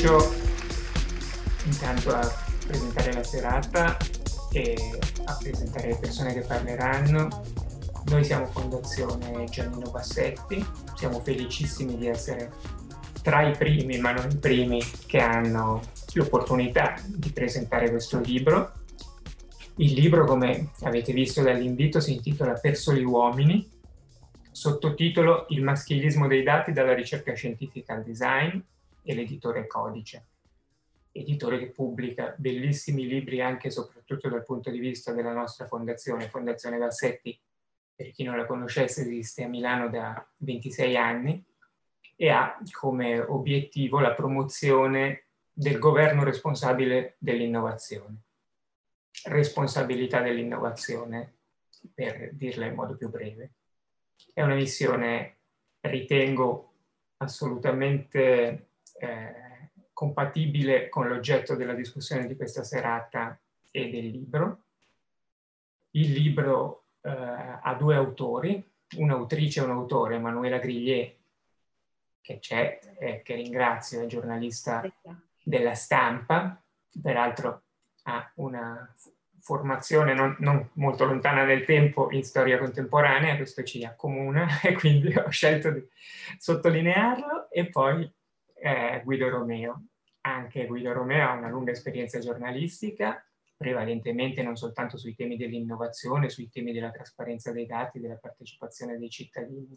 comincio intanto a presentare la serata e a presentare le persone che parleranno. Noi siamo Fondazione Giannino Bassetti, siamo felicissimi di essere tra i primi, ma non i primi, che hanno l'opportunità di presentare questo libro. Il libro, come avete visto dall'invito, si intitola Per soli uomini, sottotitolo Il maschilismo dei dati dalla ricerca scientifica al design, e l'editore Codice, editore che pubblica bellissimi libri anche e soprattutto dal punto di vista della nostra fondazione. Fondazione Bassetti, per chi non la conoscesse, esiste a Milano da 26 anni e ha come obiettivo la promozione del governo responsabile dell'innovazione. Responsabilità dell'innovazione, per dirla in modo più breve. È una missione, ritengo, assolutamente compatibile con l'oggetto della discussione di questa serata e del libro. Il libro ha due autori, un'autrice e un autore, Manuela Grillier, che c'è, che ringrazio, è giornalista della Stampa, peraltro ha una formazione non molto lontana nel tempo in storia contemporanea, questo ci accomuna e quindi ho scelto di sottolinearlo, e poi Guido Romeo. Anche Guido Romeo ha una lunga esperienza giornalistica, prevalentemente non soltanto sui temi dell'innovazione, sui temi della trasparenza dei dati, della partecipazione dei cittadini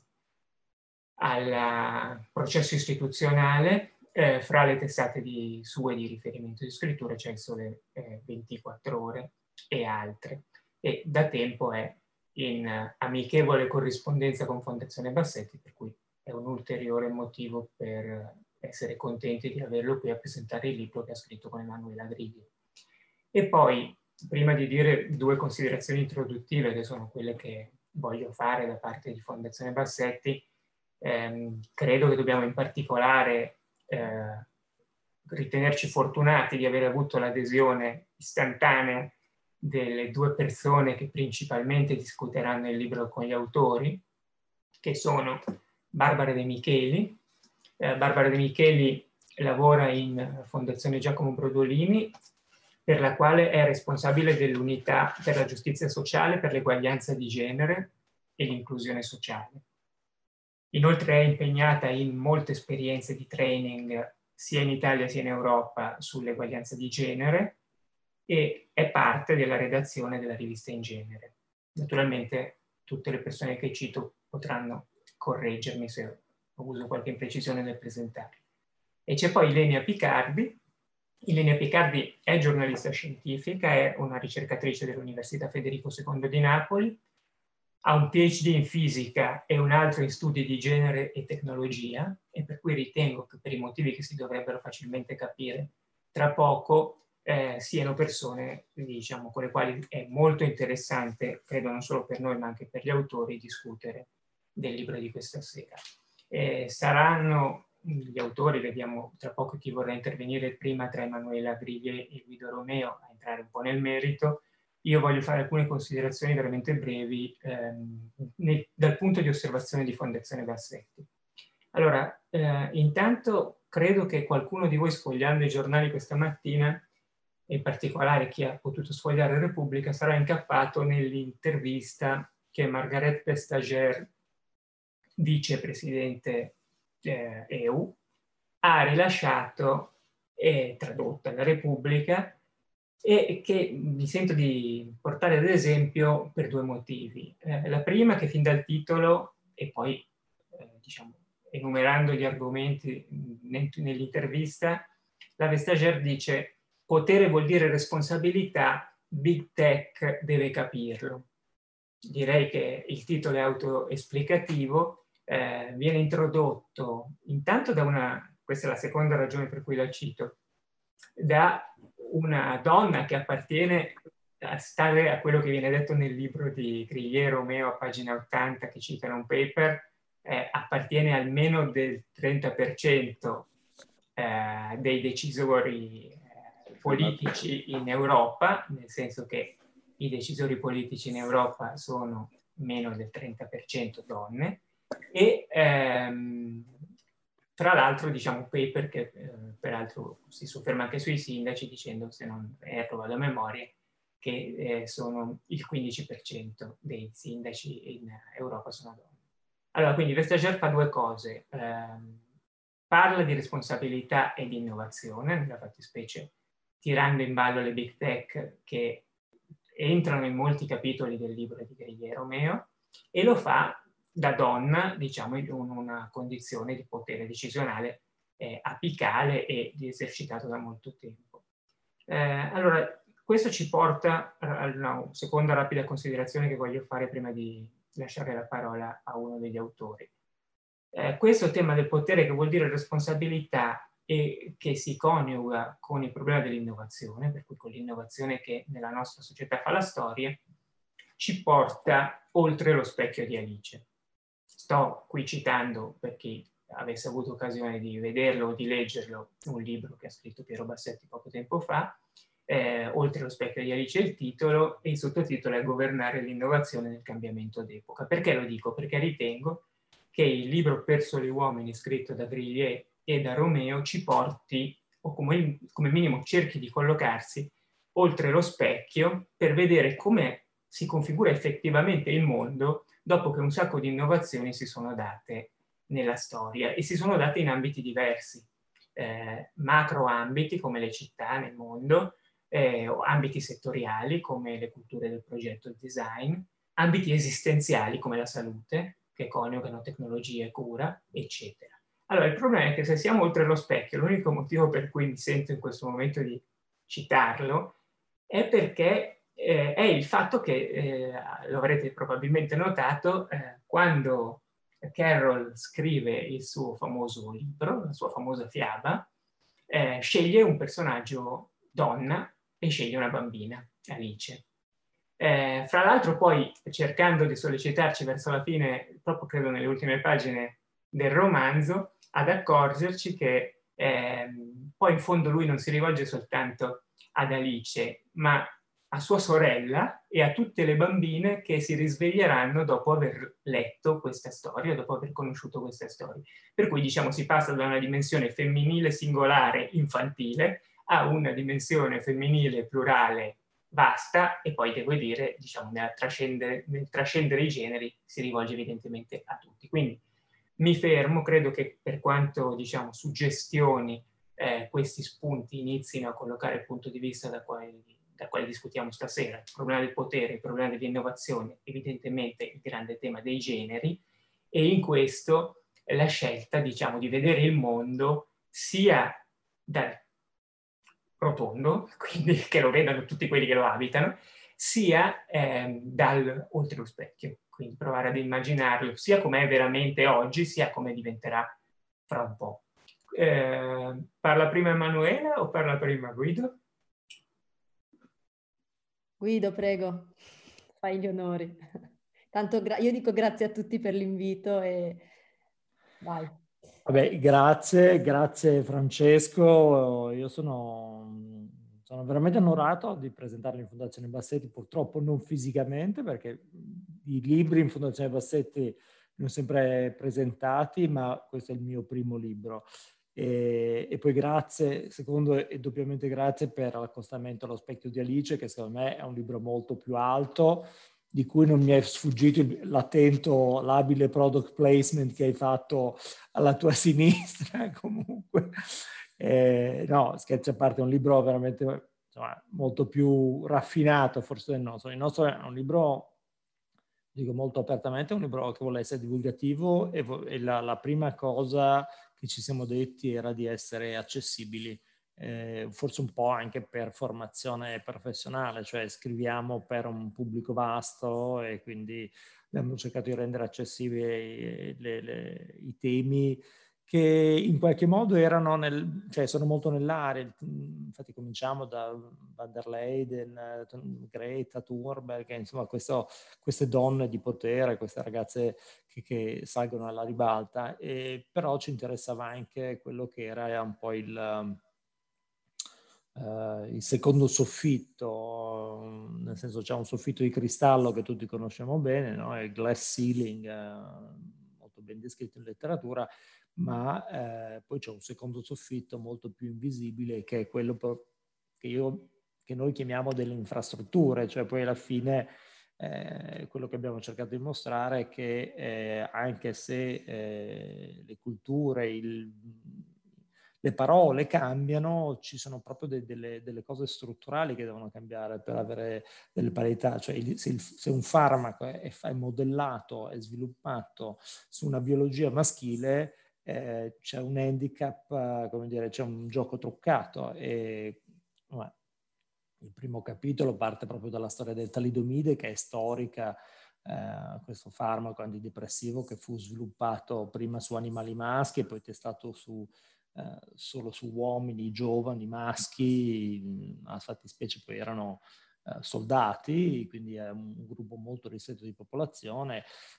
al processo istituzionale. Fra le testate sue di riferimento di scrittura c'è il Sole 24 Ore e altre, e da tempo è in amichevole corrispondenza con Fondazione Bassetti, per cui è un ulteriore motivo per essere contenti di averlo qui a presentare il libro che ha scritto con Emanuela Grillier. E poi, prima di dire due considerazioni introduttive, che sono quelle che voglio fare da parte di Fondazione Bassetti, credo che dobbiamo in particolare ritenerci fortunati di aver avuto l'adesione istantanea delle due persone che principalmente discuteranno il libro con gli autori, che sono Barbara De Micheli. Barbara De Micheli lavora in Fondazione Giacomo Brodolini, per la quale è responsabile dell'unità per la giustizia sociale, per l'eguaglianza di genere e l'inclusione sociale. Inoltre è impegnata in molte esperienze di training sia in Italia sia in Europa sull'eguaglianza di genere e è parte della redazione della rivista In Genere. Naturalmente tutte le persone che cito potranno correggermi se uso qualche imprecisione nel presentare. E c'è poi Ilenia Picardi. Ilenia Picardi è giornalista scientifica, è una ricercatrice dell'Università Federico II di Napoli, ha un PhD in fisica e un altro in studi di genere e tecnologia, e per cui ritengo che, per i motivi che si dovrebbero facilmente capire tra poco, siano persone, diciamo, con le quali è molto interessante, credo non solo per noi ma anche per gli autori, discutere del libro di questa sera. Saranno gli autori, vediamo tra poco chi vorrà intervenire prima tra Emanuela Grillier e Guido Romeo, a entrare un po' nel merito. Io voglio fare alcune considerazioni veramente brevi dal punto di osservazione di Fondazione Bassetti. Allora, intanto credo che qualcuno di voi, sfogliando i giornali questa mattina, in particolare chi ha potuto sfogliare Repubblica, sarà incappato nell'intervista che Margaret Vestager, vicepresidente EU, ha rilasciato e tradotto alla Repubblica, e che mi sento di portare ad esempio per due motivi. La prima, che fin dal titolo, e poi diciamo enumerando gli argomenti nell'intervista, la Vestager dice: potere vuol dire responsabilità, Big Tech deve capirlo. Direi che il titolo è autoesplicativo, viene introdotto intanto questa è la seconda ragione per cui la cito, da una donna che appartiene a stare a quello che viene detto nel libro di Grillier Romeo a pagina 80, che citano un paper, appartiene almeno del 30% dei decisori politici in Europa, nel senso che i decisori politici in Europa sono meno del 30% donne, e Tra l'altro, diciamo, un paper che peraltro si sofferma anche sui sindaci, dicendo, se non erro a memoria, che sono il 15% dei sindaci in Europa sono donne. Allora, quindi Vestager fa due cose. Parla di responsabilità e di innovazione, nella fattispecie tirando in ballo le big tech che entrano in molti capitoli del libro di Griglia e Romeo, e lo fa da donna, diciamo, in una condizione di potere decisionale apicale e esercitato da molto tempo. Allora, questo ci porta a una seconda rapida considerazione che voglio fare prima di lasciare la parola a uno degli autori. Questo tema del potere, che vuol dire responsabilità e che si coniuga con il problema dell'innovazione, per cui con l'innovazione che nella nostra società fa la storia, ci porta oltre lo specchio di Alice. Sto qui citando, per chi avesse avuto occasione di vederlo o di leggerlo, un libro che ha scritto Piero Bassetti poco tempo fa, Oltre lo specchio di Alice è il titolo, e il sottotitolo è Governare l'innovazione nel cambiamento d'epoca. Perché lo dico? Perché ritengo che il libro Per soli uomini, scritto da Grillier e da Romeo, ci porti, o come minimo cerchi di collocarsi, oltre lo specchio per vedere come si configura effettivamente il mondo dopo che un sacco di innovazioni si sono date nella storia, e si sono date in ambiti diversi, macro ambiti come le città nel mondo, ambiti settoriali come le culture del progetto e il design, ambiti esistenziali come la salute, che coniugano tecnologia e cura, eccetera. Allora, il problema è che se siamo oltre lo specchio, l'unico motivo per cui mi sento in questo momento di citarlo è perché è il fatto che, lo avrete probabilmente notato, quando Carroll scrive il suo famoso libro, la sua famosa fiaba, sceglie un personaggio donna e sceglie una bambina, Alice. Fra l'altro poi, cercando di sollecitarci verso la fine, proprio credo nelle ultime pagine del romanzo, ad accorgerci che poi in fondo lui non si rivolge soltanto ad Alice, ma a sua sorella e a tutte le bambine che si risveglieranno dopo aver letto questa storia, dopo aver conosciuto questa storia. Per cui, diciamo, si passa da una dimensione femminile singolare infantile a una dimensione femminile plurale vasta, e poi devo dire, diciamo, nel trascendere i generi si rivolge evidentemente a tutti. Quindi mi fermo, credo che per quanto, diciamo, suggestioni questi spunti inizino a collocare il punto di vista da quale discutiamo stasera, il problema del potere, il problema dell'innovazione, evidentemente il grande tema dei generi, e in questo la scelta, diciamo, di vedere il mondo sia dal rotondo, quindi che lo vedano tutti quelli che lo abitano, sia dal oltre lo specchio, quindi provare ad immaginarlo sia com'è veramente oggi, sia come diventerà fra un po'. Parla prima Emanuela o parla prima Guido? Guido, prego, fai gli onori. Tanto io dico grazie a tutti per l'invito e vai. Vabbè, grazie Francesco. Io sono veramente onorato di presentarlo in Fondazione Bassetti, purtroppo non fisicamente, perché i libri in Fondazione Bassetti li ho sempre presentati, ma questo è il mio primo libro. E poi grazie, secondo e doppiamente grazie per l'accostamento allo specchio di Alice, che secondo me è un libro molto più alto, di cui non mi è sfuggito l'attento, l'abile product placement che hai fatto alla tua sinistra. Comunque, no, scherzi a parte, è un libro veramente, insomma, molto più raffinato forse del nostro. Il nostro è un libro, dico molto apertamente, è un libro che vuole essere divulgativo, e la prima cosa che ci siamo detti era di essere accessibili, forse un po' anche per formazione professionale, cioè scriviamo per un pubblico vasto e quindi abbiamo cercato di rendere accessibili i temi che in qualche modo erano cioè sono molto nell'area. Infatti cominciamo da Van der Leyden, Greta Thunberg, insomma queste donne di potere, queste ragazze che salgono alla ribalta, però ci interessava anche quello che era un po' il secondo soffitto, nel senso c'è un soffitto di cristallo che tutti conosciamo bene, no? Il glass ceiling, molto ben descritto in letteratura, ma poi c'è un secondo soffitto molto più invisibile, che è quello che noi chiamiamo delle infrastrutture, cioè poi alla fine quello che abbiamo cercato di mostrare è che anche se le culture, le parole cambiano, ci sono proprio delle cose strutturali che devono cambiare per avere delle parità. Cioè se un farmaco è modellato, è sviluppato su una biologia maschile, c'è un handicap, come dire, c'è un gioco truccato. E il primo capitolo parte proprio dalla storia del talidomide, che è storica, questo farmaco antidepressivo che fu sviluppato prima su animali maschi e poi testato solo su uomini giovani maschi, a fattispecie poi erano soldati, quindi è un gruppo molto ristretto di popolazione,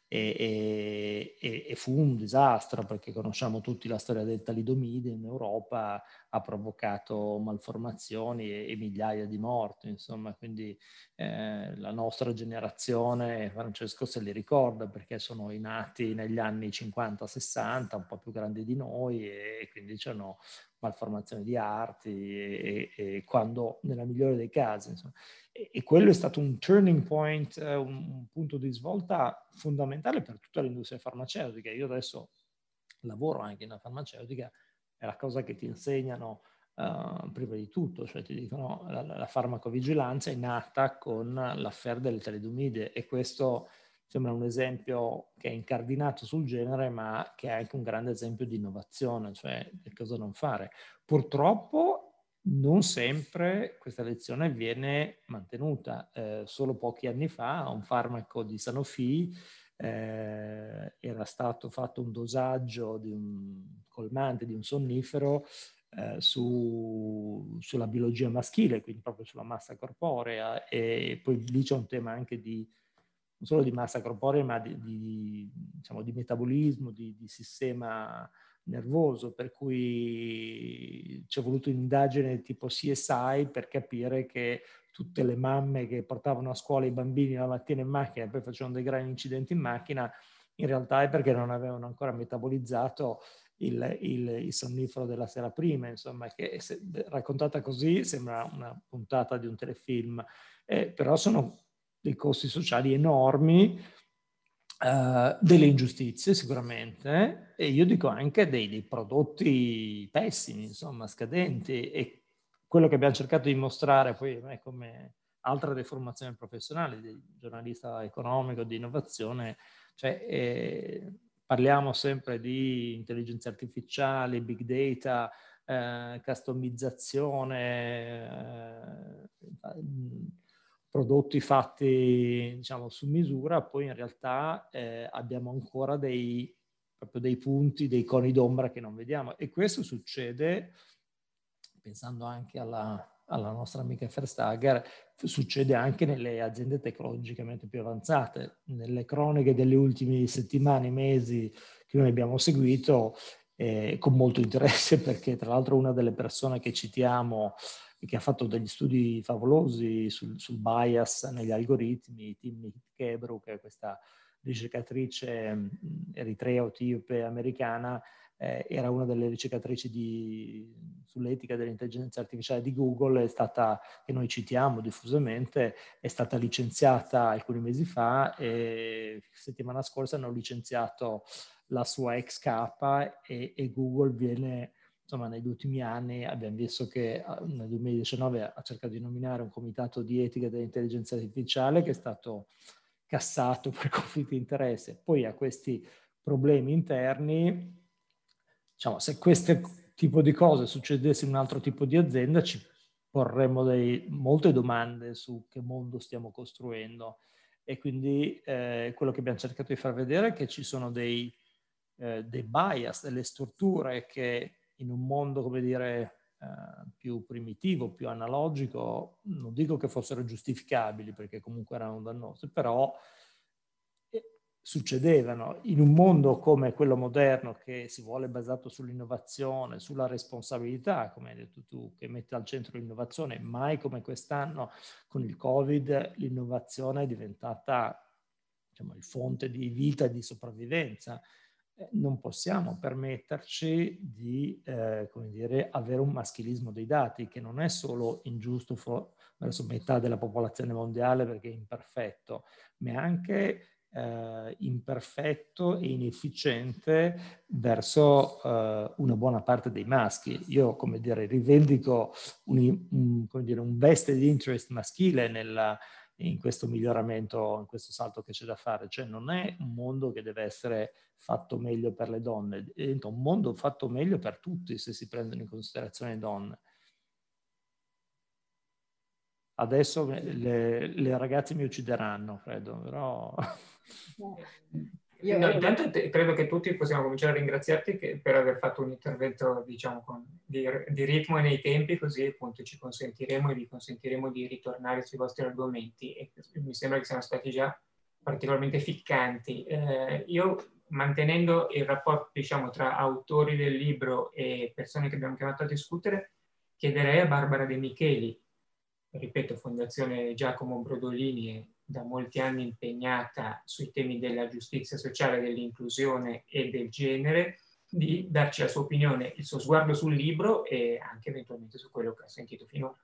e fu un disastro, perché conosciamo tutti la storia del talidomide in Europa, ha provocato malformazioni e migliaia di morti, insomma, quindi la nostra generazione, Francesco se li ricorda, perché sono i nati negli anni 50-60, un po' più grandi di noi, e quindi c'erano malformazioni di arti, e quando, nella migliore dei casi, insomma. E quello è stato un turning point, un punto di svolta fondamentale per tutta l'industria farmaceutica. Io adesso lavoro anche in una farmaceutica, è la cosa che ti insegnano prima di tutto, cioè ti dicono la farmacovigilanza è nata con l'affaire delle talidomide, e questo sembra un esempio che è incardinato sul genere, ma che è anche un grande esempio di innovazione, cioè che cosa non fare. Purtroppo non sempre questa lezione viene mantenuta. Solo pochi anni fa un farmaco di Sanofi era stato fatto un dosaggio di un colmante, di un sonnifero, sulla biologia maschile, quindi proprio sulla massa corporea, e poi lì c'è un tema anche non solo di massa corporea, ma diciamo, di metabolismo, di sistema nervoso, per cui ci è voluto un'indagine tipo CSI per capire che tutte le mamme che portavano a scuola i bambini la mattina in macchina e poi facevano dei grandi incidenti in macchina, in realtà è perché non avevano ancora metabolizzato il sonnifero della sera prima, insomma, che raccontata così sembra una puntata di un telefilm, però sono dei costi sociali enormi, delle ingiustizie sicuramente, e io dico anche dei prodotti pessimi, insomma, scadenti, e quello che abbiamo cercato di mostrare poi come altra deformazione professionale di giornalista economico, di innovazione, cioè parliamo sempre di intelligenza artificiale, big data, customizzazione, prodotti fatti, diciamo, su misura, poi in realtà abbiamo ancora proprio dei punti, dei coni d'ombra che non vediamo, e questo succede, pensando anche alla nostra amica Verstager, succede anche nelle aziende tecnologicamente più avanzate. Nelle croniche delle ultime settimane, mesi che noi abbiamo seguito con molto interesse, perché tra l'altro una delle persone che citiamo, che ha fatto degli studi favolosi sul bias negli algoritmi, Timmy Kebru, che è questa ricercatrice eritrea o etiope americana, era una delle ricercatrici sull'etica dell'intelligenza artificiale di Google, che noi citiamo diffusamente, è stata licenziata alcuni mesi fa, e settimana scorsa hanno licenziato la sua ex capa, e Google viene, insomma, negli ultimi anni abbiamo visto che nel 2019 ha cercato di nominare un comitato di etica dell'intelligenza artificiale, che è stato cassato per conflitto di interesse. Poi a questi problemi interni, diciamo, se questo tipo di cose succedesse in un altro tipo di azienda, ci porremmo molte domande su che mondo stiamo costruendo. E quindi quello che abbiamo cercato di far vedere è che ci sono dei bias, delle strutture che in un mondo, come dire, più primitivo, più analogico, non dico che fossero giustificabili, perché comunque erano dannose, però succedevano. In un mondo come quello moderno, che si vuole basato sull'innovazione, sulla responsabilità, come hai detto tu, che mette al centro l'innovazione, mai come quest'anno con il Covid l'innovazione è diventata, diciamo, il fonte di vita e di sopravvivenza. non possiamo permetterci di come dire, avere un maschilismo dei dati che non è solo ingiusto verso metà della popolazione mondiale perché è imperfetto, ma è anche imperfetto e inefficiente verso una buona parte dei maschi. Io, come dire, rivendico come dire, un vested interest maschile in questo miglioramento, in questo salto che c'è da fare. Cioè non è un mondo che deve essere fatto meglio per le donne, diventa un mondo fatto meglio per tutti se si prendono in considerazione le donne. Adesso le ragazze mi uccideranno, credo, però... Intanto credo che tutti possiamo cominciare a ringraziarti per aver fatto un intervento, diciamo, di ritmo e nei tempi, così appunto ci consentiremo e vi consentiremo di ritornare sui vostri argomenti, e mi sembra che siano stati già particolarmente ficcanti. Io, mantenendo il rapporto, diciamo, tra autori del libro e persone che abbiamo chiamato a discutere, chiederei a Barbara De Micheli, ripeto, Fondazione Giacomo Brodolini, da molti anni impegnata sui temi della giustizia sociale, dell'inclusione e del genere, di darci la sua opinione, il suo sguardo sul libro e anche eventualmente su quello che ha sentito finora.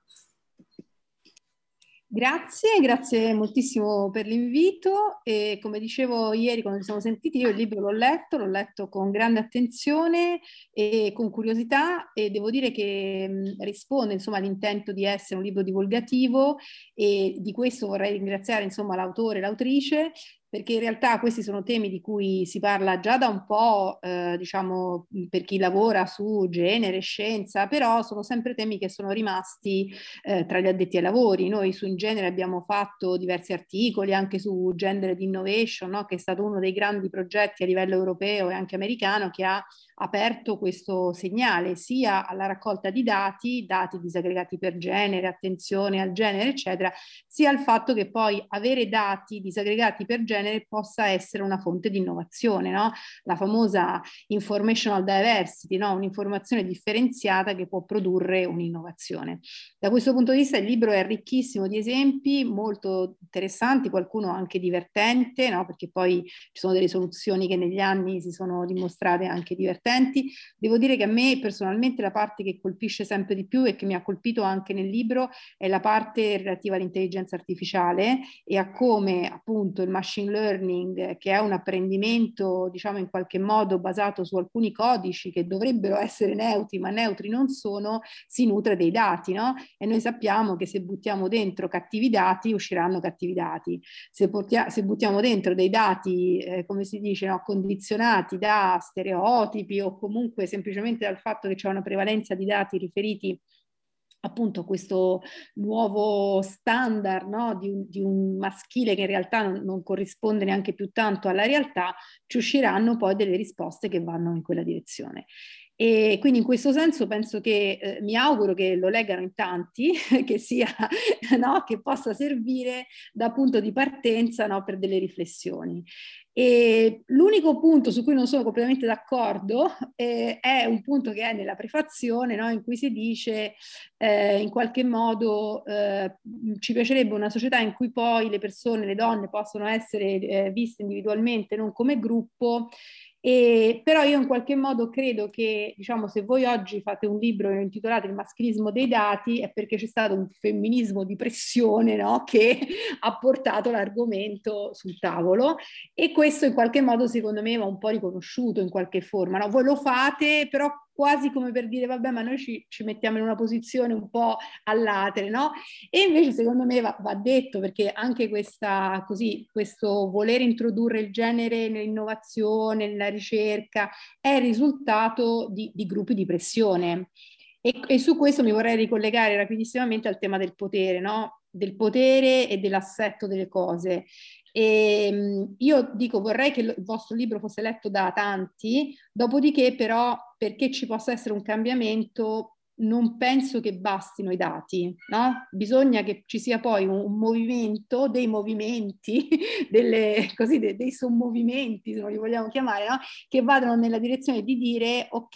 Grazie moltissimo per l'invito, e come dicevo ieri quando ci siamo sentiti, io il libro l'ho letto con grande attenzione e con curiosità, e devo dire che risponde insomma all'intento di essere un libro divulgativo, e di questo vorrei ringraziare insomma l'autore e l'autrice, perché in realtà questi sono temi di cui si parla già da un po', diciamo, per chi lavora su genere, scienza, però sono sempre temi che sono rimasti tra gli addetti ai lavori. Noi su In Genere abbiamo fatto diversi articoli anche su Gender ed Innovation, no? Che è stato uno dei grandi progetti a livello europeo e anche americano che ha aperto questo segnale sia alla raccolta di dati disaggregati per genere, attenzione al genere, eccetera, sia al fatto che poi avere dati disaggregati per genere possa essere una fonte di innovazione, no? La famosa informational diversity, no? Un'informazione differenziata che può produrre un'innovazione. Da questo punto di vista il libro è ricchissimo di esempi molto interessanti, qualcuno anche divertente, no? Perché poi ci sono delle soluzioni che negli anni si sono dimostrate anche divertenti. Devo dire che a me personalmente la parte che colpisce sempre di più e che mi ha colpito anche nel libro è la parte relativa all'intelligenza artificiale e a come appunto il machine learning, che è un apprendimento diciamo in qualche modo basato su alcuni codici che dovrebbero essere neutri ma neutri non sono, si nutre dei dati, no? E noi sappiamo che se buttiamo dentro cattivi dati usciranno cattivi dati. Se buttiamo dentro dei dati, come si dice, no, condizionati da stereotipi o comunque semplicemente dal fatto che c'è una prevalenza di dati riferiti appunto a questo nuovo standard, no? di un maschile che in realtà non corrisponde neanche più tanto alla realtà, ci usciranno poi delle risposte che vanno in quella direzione. E quindi in questo senso penso che mi auguro che lo leggano in tanti, che sia, no? Che possa servire da punto di partenza, no? Per delle riflessioni. E l'unico punto su cui non sono completamente d'accordo è un punto che è nella prefazione, no? In cui si dice in qualche modo ci piacerebbe una società in cui poi le persone, le donne possono essere viste individualmente, non come gruppo. Però io in qualche modo credo che, diciamo, se voi oggi fate un libro e lo intitolate Il maschilismo dei dati è perché c'è stato un femminismo di pressione, no? Che ha portato l'argomento sul tavolo, e questo in qualche modo secondo me va un po' riconosciuto in qualche forma, no? Voi lo fate però quasi come per dire vabbè ma noi ci mettiamo in una posizione un po' all'atere, no? E invece secondo me va detto, perché anche questo voler introdurre il genere nell'innovazione, nella ricerca è il risultato di gruppi di pressione. E su questo mi vorrei ricollegare rapidissimamente al tema del potere, no? Del potere e dell'assetto delle cose. E io dico, vorrei che il vostro libro fosse letto da tanti, dopodiché però perché ci possa essere un cambiamento non penso che bastino i dati, no? Bisogna che ci sia poi un movimento, dei movimenti, dei sommovimenti, se non li vogliamo chiamare, no? Che vadano nella direzione di dire ok,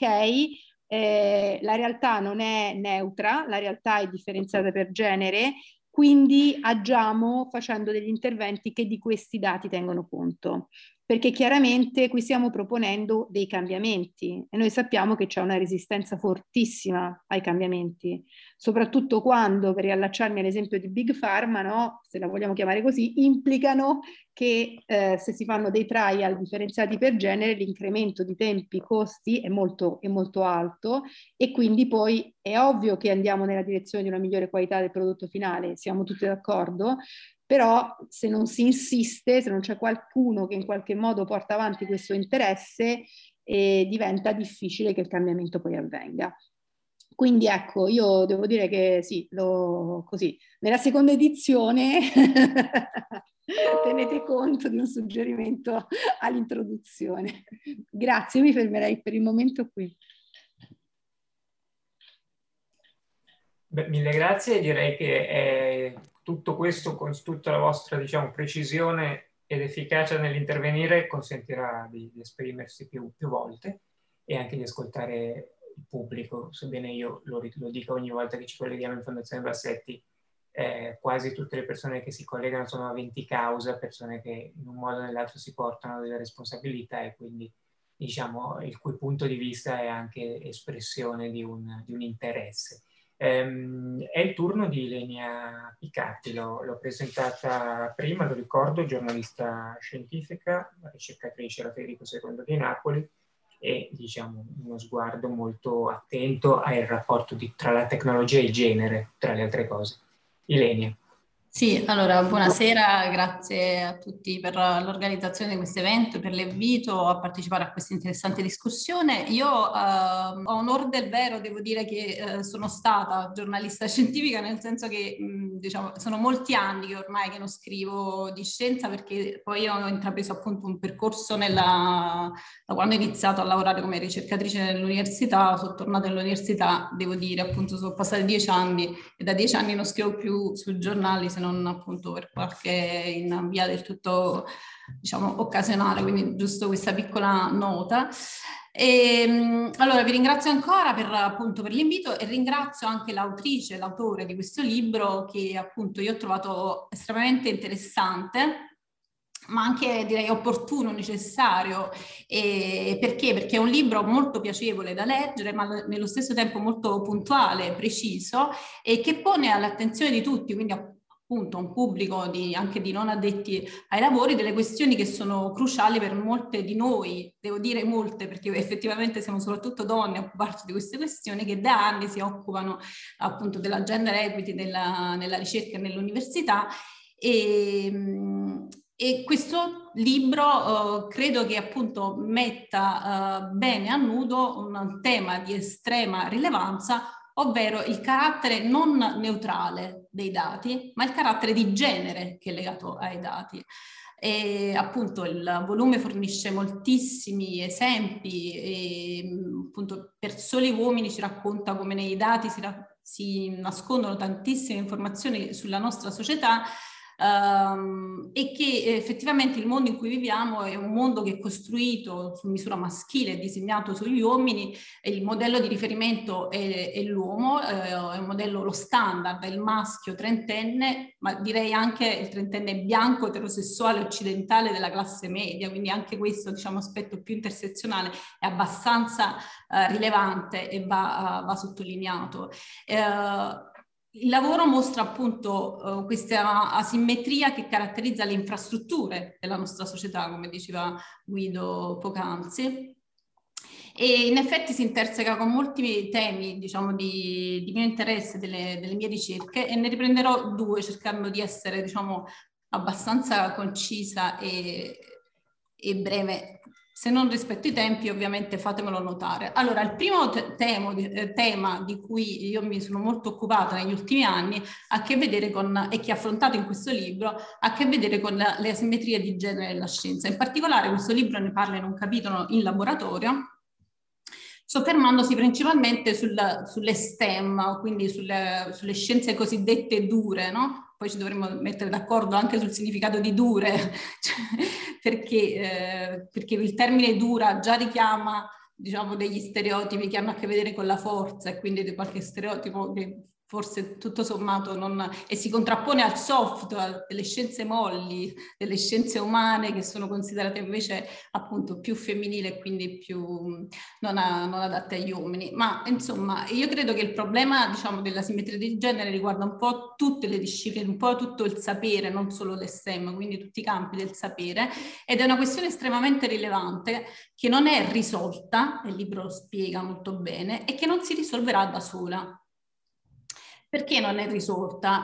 la realtà non è neutra, la realtà è differenziata per genere, quindi agiamo facendo degli interventi che di questi dati tengono conto. perché chiaramente qui stiamo proponendo dei cambiamenti e noi sappiamo che c'è una resistenza fortissima ai cambiamenti, soprattutto quando, per riallacciarmi all'esempio di Big Pharma, no, se la vogliamo chiamare così, implicano che se si fanno dei trial differenziati per genere l'incremento di tempi, costi è molto alto e quindi poi è ovvio che andiamo nella direzione di una migliore qualità del prodotto finale, siamo tutti d'accordo, però se non si insiste, se non c'è qualcuno che in qualche modo porta avanti questo interesse, diventa difficile che il cambiamento poi avvenga. Quindi ecco, io devo dire che sì, così, nella seconda edizione tenete conto di un suggerimento all'introduzione. Grazie, mi fermerei per il momento qui. Beh, mille grazie, direi che tutto questo con tutta la vostra, diciamo, precisione ed efficacia nell'intervenire consentirà di esprimersi più volte e anche di ascoltare il pubblico, sebbene io lo dico ogni volta che ci colleghiamo in Fondazione Bassetti, quasi tutte le persone che si collegano sono aventi causa, persone che in un modo o nell'altro si portano delle responsabilità e quindi, diciamo, il cui punto di vista è anche espressione di un interesse. È il turno di Ilenia Picatti, l'ho presentata prima, lo ricordo, giornalista scientifica, ricercatrice alla Federico II di Napoli e diciamo uno sguardo molto attento al rapporto tra la tecnologia e il genere, tra le altre cose. Ilenia. Sì, allora buonasera, grazie a tutti per l'organizzazione di questo evento, per l'invito a partecipare a questa interessante discussione. Io ho onor del vero, devo dire che sono stata giornalista scientifica, nel senso che diciamo, sono molti anni che ormai che non scrivo di scienza, perché poi ho intrapreso appunto un percorso da quando ho iniziato a lavorare come ricercatrice nell'università, sono tornata all'università, devo dire appunto sono passati 10 anni e da 10 anni non scrivo più sui giornali, se non appunto per qualche in via del tutto diciamo occasionale, quindi giusto questa piccola nota. Allora vi ringrazio ancora per l'invito e ringrazio anche l'autrice, l'autore di questo libro che appunto io ho trovato estremamente interessante, ma anche direi opportuno, necessario. Perché? Perché è un libro molto piacevole da leggere, ma nello stesso tempo molto puntuale, preciso e che pone all'attenzione di tutti, quindi appunto un pubblico anche di non addetti ai lavori, delle questioni che sono cruciali per molte di noi, devo dire molte perché effettivamente siamo soprattutto donne a occuparci di queste questioni, che da anni si occupano appunto della gender equity nella ricerca e nell'università. E questo libro credo che appunto metta bene a nudo un tema di estrema rilevanza, ovvero il carattere non neutrale dei dati, ma il carattere di genere che è legato ai dati. E appunto il volume fornisce moltissimi esempi e appunto per soli uomini ci racconta come nei dati si nascondono tantissime informazioni sulla nostra società. E che effettivamente il mondo in cui viviamo è un mondo che è costruito su misura maschile, disegnato sugli uomini, e il modello di riferimento è l'uomo, è un modello, lo standard, è il maschio trentenne, ma direi anche il trentenne bianco, eterosessuale, occidentale della classe media, quindi anche questo diciamo aspetto più intersezionale è abbastanza rilevante e va sottolineato. Il lavoro mostra appunto questa asimmetria che caratterizza le infrastrutture della nostra società, come diceva Guido poc'anzi, e in effetti si interseca con molti temi, diciamo, di mio interesse delle mie ricerche, e ne riprenderò due cercando di essere, diciamo, abbastanza concisa e breve. Se non rispetto i tempi, ovviamente fatemelo notare. Allora, il primo tema di cui io mi sono molto occupata negli ultimi anni ha a che vedere con, e che ho affrontato in questo libro, ha a che vedere con le asimmetrie di genere nella scienza. In particolare questo libro ne parla in un capitolo in laboratorio, soffermandosi principalmente sulle STEM, quindi sulle scienze cosiddette dure, no? Poi ci dovremmo mettere d'accordo anche sul significato di dure, perché il termine dura già richiama, diciamo, degli stereotipi che hanno a che vedere con la forza, e quindi di qualche stereotipo che forse tutto sommato e si contrappone al soft, delle scienze molli, delle scienze umane che sono considerate invece appunto più femminili e quindi più non adatte agli uomini. Ma insomma, io credo che il problema, diciamo, della simmetria di genere riguarda un po' tutte le discipline, un po' tutto il sapere, non solo le STEM, quindi tutti i campi del sapere, ed è una questione estremamente rilevante che non è risolta, il libro lo spiega molto bene, e che non si risolverà da sola. Perché non è risolta?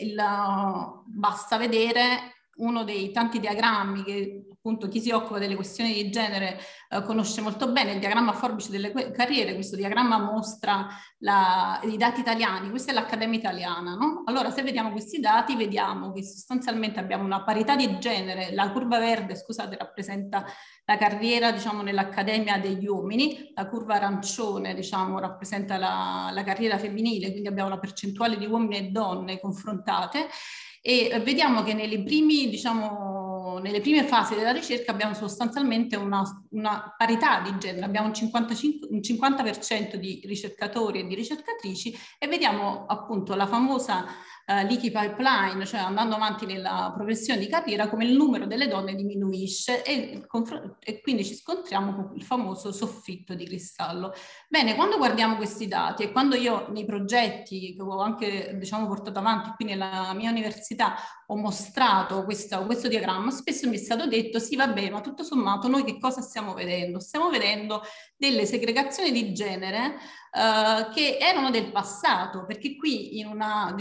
Basta vedere uno dei tanti diagrammi che appunto chi si occupa delle questioni di genere conosce molto bene, il diagramma forbice delle carriere. Questo diagramma mostra i dati italiani, questa è l'Accademia Italiana, no? Allora, se vediamo questi dati, vediamo che sostanzialmente abbiamo una parità di genere. La curva verde, scusate, rappresenta la carriera, diciamo, nell'Accademia degli uomini, la curva arancione, diciamo, rappresenta la carriera femminile, quindi abbiamo una percentuale di uomini e donne confrontate, e vediamo che nelle prime fasi della ricerca abbiamo sostanzialmente una parità di genere, abbiamo un 50% di ricercatori e di ricercatrici, e vediamo appunto la famosa leaky pipeline, cioè andando avanti nella progressione di carriera, come il numero delle donne diminuisce e quindi ci scontriamo con il famoso soffitto di cristallo. Bene, quando guardiamo questi dati, e quando io nei progetti che ho anche, diciamo, portato avanti qui nella mia università ho mostrato questo diagramma, spesso mi è stato detto: sì, vabbè, ma tutto sommato noi che cosa stiamo vedendo? Stiamo vedendo delle segregazioni di genere che erano del passato, perché qui in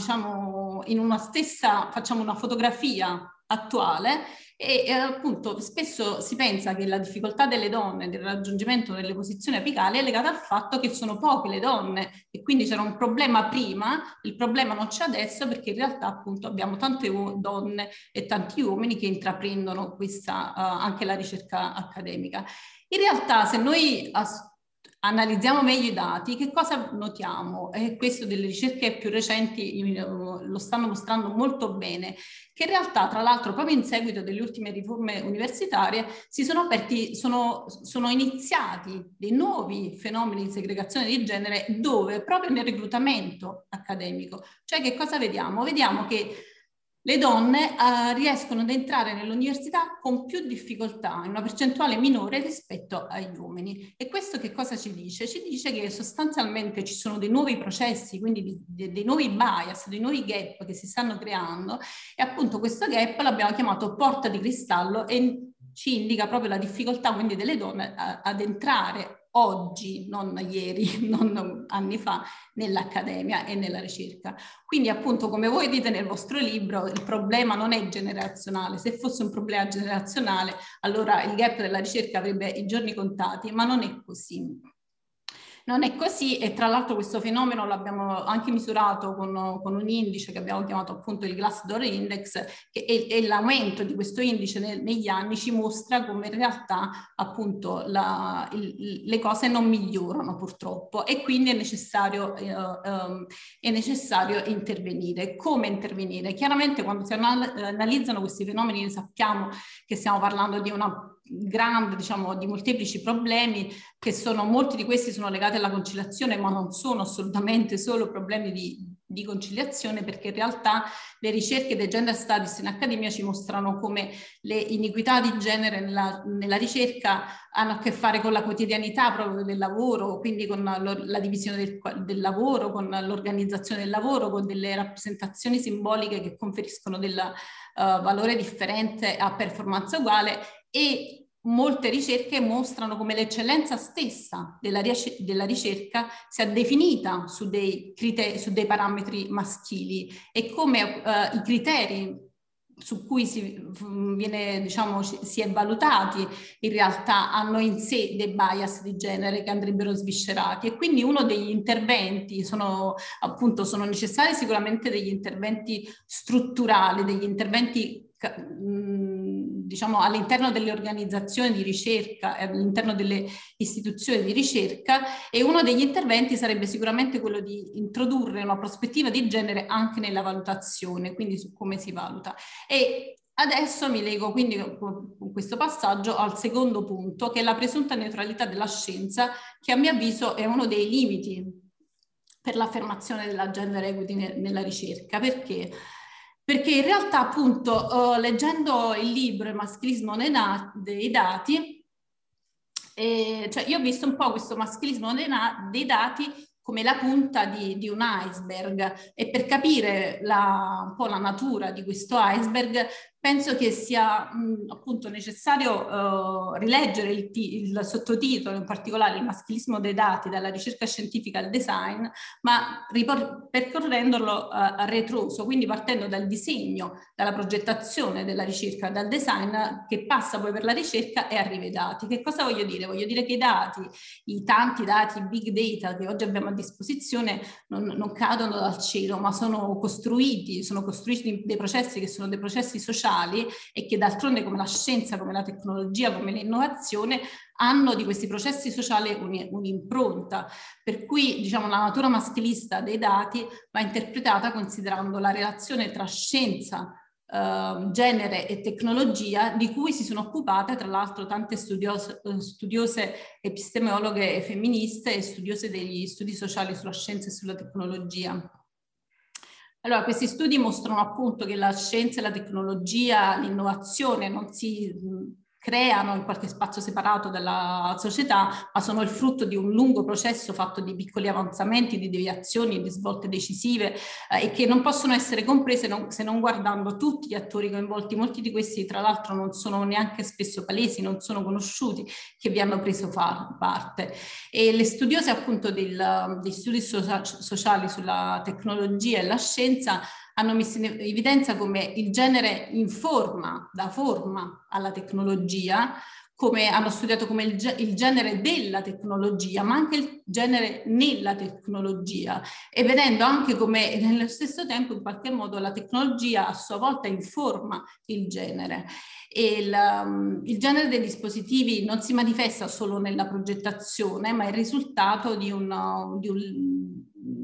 una stessa, facciamo una fotografia attuale e appunto spesso si pensa che la difficoltà delle donne nel raggiungimento delle posizioni apicali è legata al fatto che sono poche le donne, e quindi c'era un problema prima, il problema non c'è adesso, perché in realtà appunto abbiamo tante donne e tanti uomini che intraprendono anche la ricerca accademica. In realtà, se noi analizziamo meglio i dati, che cosa notiamo? E questo delle ricerche più recenti lo stanno mostrando molto bene, che in realtà, tra l'altro, proprio in seguito delle ultime riforme universitarie sono iniziati dei nuovi fenomeni di segregazione di genere, dove proprio nel reclutamento accademico, cioè che cosa vediamo? Vediamo che le donne riescono ad entrare nell'università con più difficoltà, in una percentuale minore rispetto agli uomini. E questo che cosa ci dice? Ci dice che sostanzialmente ci sono dei nuovi processi, quindi dei nuovi bias, dei nuovi gap che si stanno creando, e appunto questo gap l'abbiamo chiamato porta di cristallo, e ci indica proprio la difficoltà quindi delle donne ad entrare oggi, non ieri, non anni fa, nell'accademia e nella ricerca. Quindi appunto, come voi dite nel vostro libro, il problema non è generazionale. Se fosse un problema generazionale, allora il gap della ricerca avrebbe i giorni contati, ma non è così. Non è così, e tra l'altro questo fenomeno l'abbiamo anche misurato con un indice che abbiamo chiamato appunto il Glassdoor Index, e l'aumento di questo indice negli anni ci mostra come in realtà appunto le cose non migliorano purtroppo, e quindi è necessario intervenire. Come intervenire? Chiaramente quando si analizzano questi fenomeni sappiamo che stiamo parlando di una grande, diciamo, di molteplici problemi, che molti di questi sono legati alla conciliazione, ma non sono assolutamente solo problemi di conciliazione, perché in realtà le ricerche dei gender studies in accademia ci mostrano come le iniquità di genere nella ricerca hanno a che fare con la quotidianità proprio del lavoro, quindi con la divisione del lavoro, con l'organizzazione del lavoro, con delle rappresentazioni simboliche che conferiscono del valore differente a performance uguale, e molte ricerche mostrano come l'eccellenza stessa della ricerca sia definita su dei parametri maschili, e come i criteri su cui si è valutati in realtà hanno in sé dei bias di genere che andrebbero sviscerati. E quindi uno degli interventi sono necessari sicuramente degli interventi strutturali, degli interventi diciamo all'interno delle organizzazioni di ricerca e all'interno delle istituzioni di ricerca, e uno degli interventi sarebbe sicuramente quello di introdurre una prospettiva di genere anche nella valutazione, quindi su come si valuta. E adesso mi lego quindi con questo passaggio al secondo punto, che è la presunta neutralità della scienza, che a mio avviso è uno dei limiti per l'affermazione della gender equity nella ricerca. Perché? Perché in realtà appunto leggendo il libro Il maschilismo dei dati, cioè io ho visto un po' questo maschilismo dei dati come la punta di un iceberg, e per capire un po' la natura di questo iceberg penso che sia appunto necessario rileggere il sottotitolo, in particolare Il maschilismo dei dati, dalla ricerca scientifica al design, ma percorrendolo a ritroso, quindi partendo dal disegno, dalla progettazione della ricerca, dal design che passa poi per la ricerca e arriva ai dati. Che cosa voglio dire? Voglio dire che i dati, i tanti dati big data che oggi abbiamo a disposizione non cadono dal cielo, ma sono costruiti dei processi che sono dei processi sociali, e che d'altronde, come la scienza, come la tecnologia, come l'innovazione, hanno di questi processi sociali un'impronta, per cui diciamo la natura maschilista dei dati va interpretata considerando la relazione tra scienza, genere e tecnologia, di cui si sono occupate tra l'altro tante studiose epistemologhe femministe e studiose degli studi sociali sulla scienza e sulla tecnologia. Allora, questi studi mostrano appunto che la scienza e la tecnologia, l'innovazione non si creano in qualche spazio separato dalla società, ma sono il frutto di un lungo processo fatto di piccoli avanzamenti, di deviazioni, di svolte decisive e che non possono essere comprese se non guardando tutti gli attori coinvolti. Molti di questi tra l'altro non sono neanche spesso palesi, non sono conosciuti, che vi hanno preso parte. E le studiose appunto degli studi sociali sulla tecnologia e la scienza hanno messo in evidenza come il genere dà forma alla tecnologia, come hanno studiato come il genere della tecnologia, ma anche il genere nella tecnologia, e vedendo anche come nello stesso tempo in qualche modo la tecnologia a sua volta informa il genere. E il genere dei dispositivi non si manifesta solo nella progettazione, ma è il risultato di un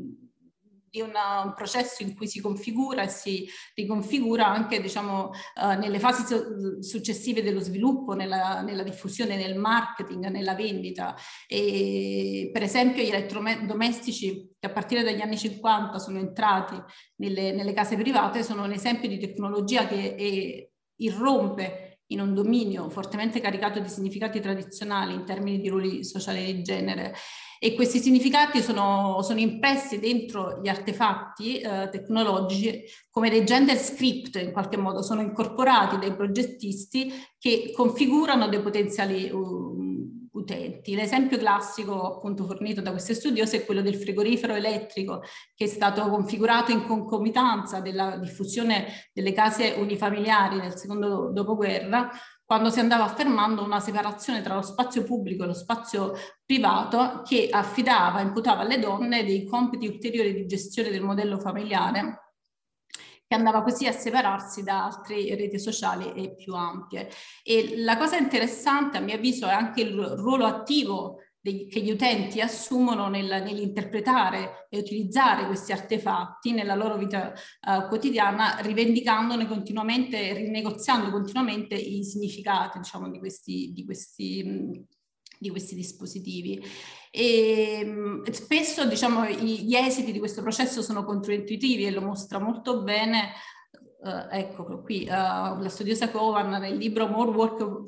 processo in cui si configura e si riconfigura anche, diciamo, nelle fasi successive dello sviluppo, nella diffusione, nel marketing, nella vendita. E, per esempio, gli elettrodomestici che a partire dagli anni 50 sono entrati nelle case private sono un esempio di tecnologia che irrompe in un dominio fortemente caricato di significati tradizionali in termini di ruoli sociali e di genere. E questi significati sono impressi dentro gli artefatti tecnologici come dei gender script, in qualche modo sono incorporati dai progettisti che configurano dei potenziali utenti. L'esempio classico appunto fornito da queste studiose è quello del frigorifero elettrico, che è stato configurato in concomitanza della diffusione delle case unifamiliari nel secondo dopoguerra, quando si andava affermando una separazione tra lo spazio pubblico e lo spazio privato, che imputava alle donne dei compiti ulteriori di gestione del modello familiare, che andava così a separarsi da altre reti sociali e più ampie. E la cosa interessante, a mio avviso, è anche il ruolo attivo che gli utenti assumono nell'interpretare e utilizzare questi artefatti nella loro vita quotidiana, rivendicandone continuamente, rinegoziando continuamente i significati, diciamo, di questi dispositivi. E spesso, diciamo, gli esiti di questo processo sono controintuitivi, e lo mostra molto bene eccolo qui, la studiosa Cowan nel libro More Work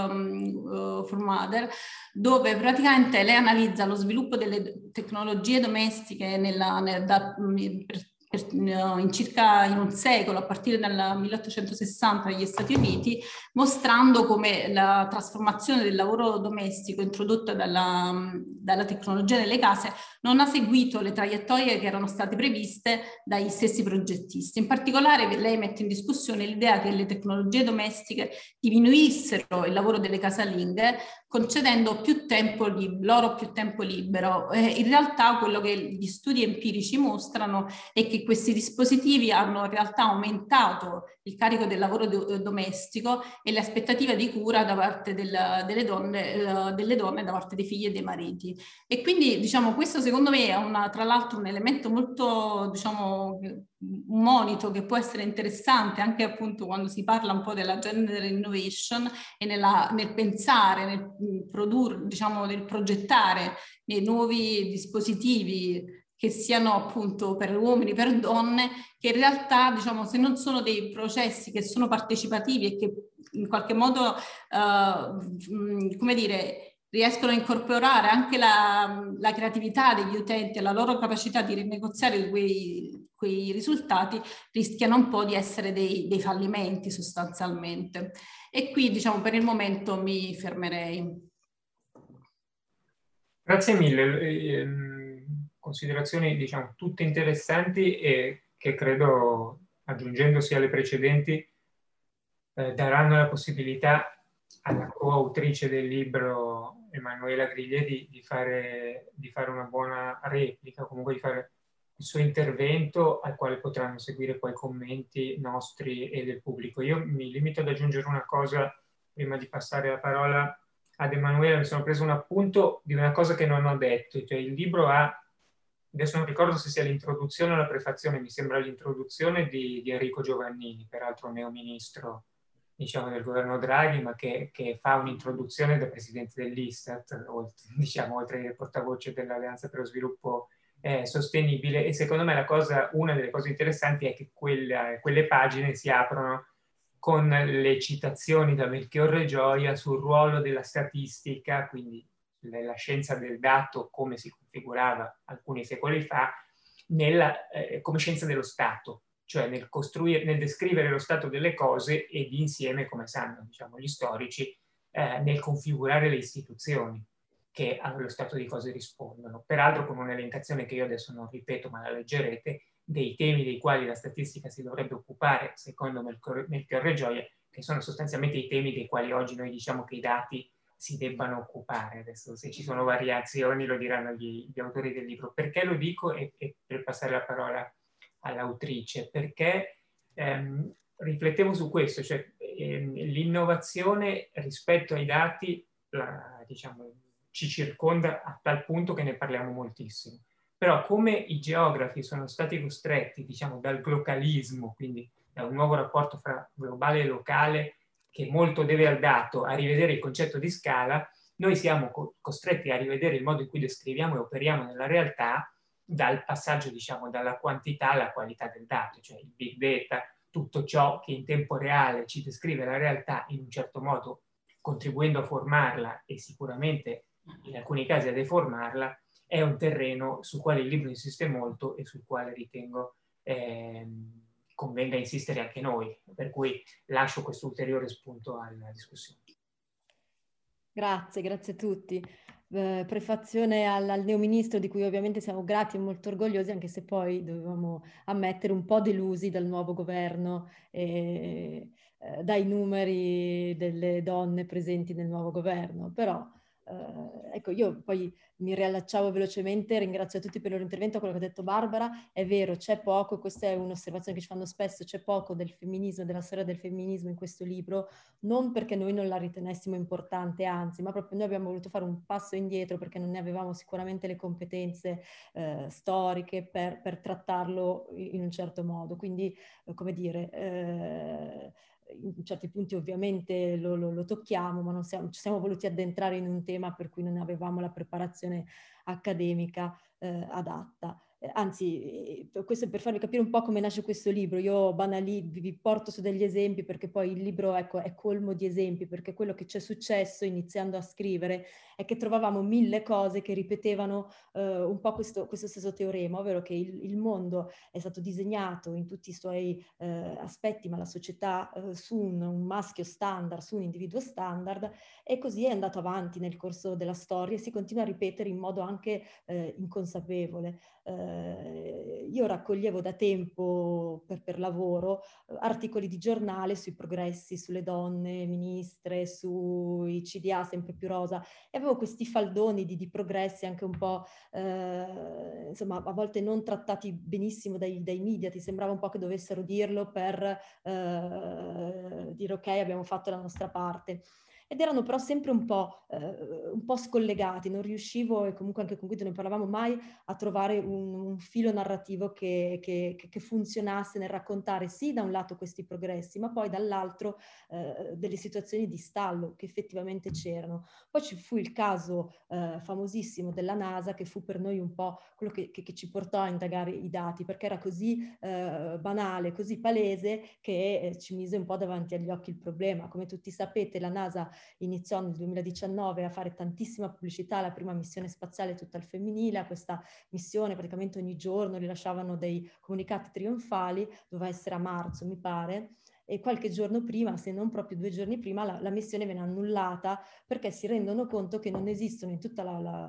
for Mother, dove praticamente lei analizza lo sviluppo delle tecnologie domestiche in un secolo, a partire dal 1860 negli Stati Uniti, mostrando come la trasformazione del lavoro domestico introdotta dalla tecnologia nelle case non ha seguito le traiettorie che erano state previste dagli stessi progettisti. In particolare lei mette in discussione l'idea che le tecnologie domestiche diminuissero il lavoro delle casalinghe, concedendo loro più tempo libero. In realtà quello che gli studi empirici mostrano è che questi dispositivi hanno in realtà aumentato il carico del lavoro domestico e le aspettative di cura da parte delle donne, da parte dei figli e dei mariti. E quindi, diciamo, questo secondo me è tra l'altro un elemento molto, diciamo, un monito che può essere interessante anche appunto quando si parla un po' della gender innovation e nel pensare, nel produrre, diciamo, nel progettare nei nuovi dispositivi che siano appunto per uomini, per donne, che in realtà, diciamo, se non sono dei processi che sono partecipativi e che in qualche modo, come dire, riescono a incorporare anche la creatività degli utenti e la loro capacità di rinegoziare quei risultati, rischiano un po' di essere dei fallimenti sostanzialmente. E qui, diciamo, per il momento mi fermerei. Grazie mille, considerazioni diciamo tutte interessanti e che credo, aggiungendosi alle precedenti, daranno la possibilità alla coautrice del libro Emanuela Grigliedi di fare una buona replica, comunque di fare il suo intervento al quale potranno seguire poi commenti nostri e del pubblico. Io mi limito ad aggiungere una cosa prima di passare la parola ad Emanuela. Mi sono preso un appunto di una cosa che non ho detto, cioè il libro ha, adesso non ricordo se sia l'introduzione o la prefazione, mi sembra l'introduzione di Enrico Giovannini, peraltro neoministro diciamo del governo Draghi, ma che fa un'introduzione da presidente dell'Istat, diciamo, oltre che portavoce dell'Alleanza per lo Sviluppo Sostenibile. E secondo me una delle cose interessanti è che quelle pagine si aprono con le citazioni da Melchiorre Gioia sul ruolo della statistica, quindi la scienza del dato come si configurava alcuni secoli fa, come scienza dello Stato, cioè nel descrivere lo stato delle cose e di insieme, come sanno diciamo, gli storici, nel configurare le istituzioni che allo stato di cose rispondono. Peraltro con un'elencazione che io adesso non ripeto, ma la leggerete, dei temi dei quali la statistica si dovrebbe occupare, secondo Melchiorre Gioia, che sono sostanzialmente i temi dei quali oggi noi diciamo che i dati si debbano occupare. Adesso se ci sono variazioni lo diranno gli autori del libro. Perché lo dico? E per passare la parola all'autrice, perché riflettevo su questo, cioè l'innovazione rispetto ai dati diciamo, ci circonda a tal punto che ne parliamo moltissimo. Però come i geografi sono stati costretti, diciamo, dal globalismo, quindi da un nuovo rapporto fra globale e locale che molto deve al dato, a rivedere il concetto di scala, noi siamo costretti a rivedere il modo in cui descriviamo e operiamo nella realtà dal passaggio, diciamo, dalla quantità alla qualità del dato, cioè il big data, tutto ciò che in tempo reale ci descrive la realtà in un certo modo, contribuendo a formarla e sicuramente in alcuni casi a deformarla, è un terreno sul quale il libro insiste molto e sul quale ritengo convenga insistere anche noi, per cui lascio questo ulteriore spunto alla discussione. Grazie a tutti. Prefazione al neoministro, di cui ovviamente siamo grati e molto orgogliosi, anche se poi dovevamo ammettere un po' delusi dal nuovo governo e dai numeri delle donne presenti nel nuovo governo. Però ecco, io poi mi riallacciavo velocemente, ringrazio a tutti per il loro intervento, quello che ha detto Barbara, è vero, c'è poco, questa è un'osservazione che ci fanno spesso, c'è poco del femminismo, della storia del femminismo in questo libro, non perché noi non la ritenessimo importante, anzi, ma proprio noi abbiamo voluto fare un passo indietro perché non ne avevamo sicuramente le competenze storiche per trattarlo in un certo modo. Quindi, come dire, in certi punti ovviamente lo tocchiamo, ma non ci siamo voluti addentrare in un tema per cui non avevamo la preparazione accademica adatta. Anzi, questo è per farvi capire un po' come nasce questo libro. Io vi porto su degli esempi perché poi il libro, ecco, è colmo di esempi, perché quello che ci è successo iniziando a scrivere è che trovavamo 1000 cose che ripetevano un po' questo stesso teorema, ovvero che il mondo è stato disegnato in tutti i suoi aspetti, ma la società su un maschio standard, su un individuo standard, e così è andato avanti nel corso della storia e si continua a ripetere in modo anche inconsapevole. Io raccoglievo da tempo per lavoro articoli di giornale sui progressi, sulle donne ministre, sui CDA sempre più rosa, e avevo questi faldoni di progressi anche un po' insomma a volte non trattati benissimo dai media, ti sembrava un po' che dovessero dirlo per dire ok, abbiamo fatto la nostra parte. ed erano però sempre un po' scollegati, non riuscivo, e comunque anche con Guido ne parlavamo, mai a trovare un filo narrativo che funzionasse nel raccontare sì da un lato questi progressi, ma poi dall'altro delle situazioni di stallo che effettivamente c'erano. Poi ci fu il caso famosissimo della NASA, che fu per noi un po' quello che ci portò a indagare i dati, perché era così banale, così palese, che ci mise un po' davanti agli occhi il problema. Come tutti sapete, la NASA iniziò nel 2019 a fare tantissima pubblicità alla prima missione spaziale tutta al femminile. A questa missione praticamente ogni giorno rilasciavano dei comunicati trionfali, doveva essere a marzo mi pare, e qualche giorno prima, se non proprio 2 giorni prima, la missione viene annullata perché si rendono conto che non esistono in tutta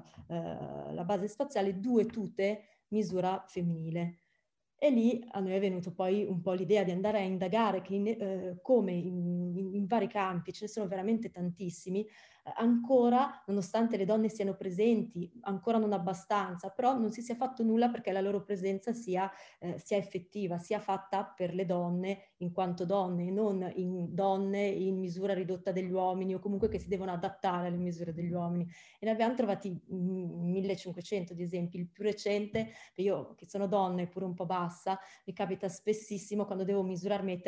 la base spaziale 2 tute misura femminile. E lì a noi è venuto poi un po' l'idea di andare a indagare che come in vari campi, ce ne sono veramente tantissimi, ancora, nonostante le donne siano presenti, ancora non abbastanza, però non si sia fatto nulla perché la loro presenza sia effettiva, sia fatta per le donne in quanto donne, e non in donne in misura ridotta degli uomini, o comunque che si devono adattare alle misure degli uomini. E ne abbiamo trovati 1500 di esempi. Il più recente, io che sono donna e pure un po' bassa, mi capita spessissimo quando devo misurarmi ai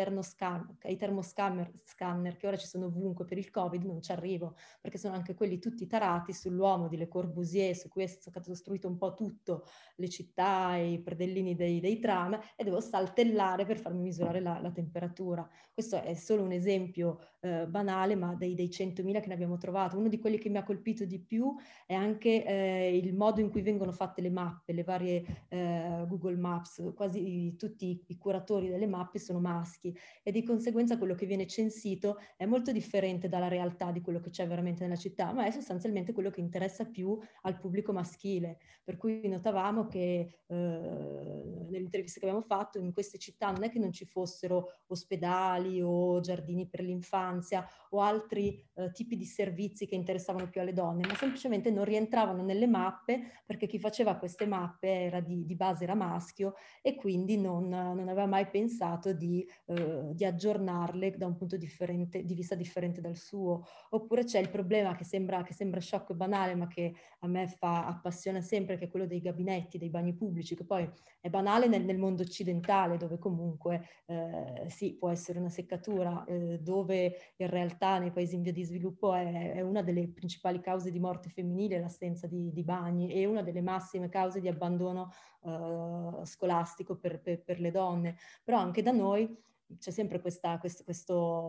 termoscanner, che ora ci sono ovunque per il Covid, non ci arrivo, perché sono anche quelli tutti tarati sull'uomo di Le Corbusier, su cui è stato costruito un po' tutto, le città, i predellini dei tram, e devo saltellare per farmi misurare la temperatura. Questo è solo un esempio banale, ma dei 100.000 che ne abbiamo trovato. Uno di quelli che mi ha colpito di più è anche il modo in cui vengono fatte le mappe, le varie Google Maps. Quasi tutti i curatori delle mappe sono maschi, e di conseguenza quello che viene censito è molto differente dalla realtà di quello che c'è veramente nella città, ma è sostanzialmente quello che interessa più al pubblico maschile. Per cui notavamo che nelle interviste che abbiamo fatto, in queste città non è che non ci fossero ospedali o giardini per l'infanzia o altri tipi di servizi che interessavano più alle donne, ma semplicemente non rientravano nelle mappe perché chi faceva queste mappe era di base era maschio, e quindi non aveva mai pensato di aggiornarle da un punto di vista differente dal suo. Oppure c'è il problema che sembra sciocco e banale, ma che a me appassiona sempre, che è quello dei gabinetti, dei bagni pubblici, che poi è banale nel mondo occidentale, dove comunque sì, può essere una seccatura, dove in realtà nei paesi in via di sviluppo è una delle principali cause di morte femminile l'assenza di bagni, e una delle massime cause di abbandono scolastico per le donne. Però anche da noi c'è sempre questo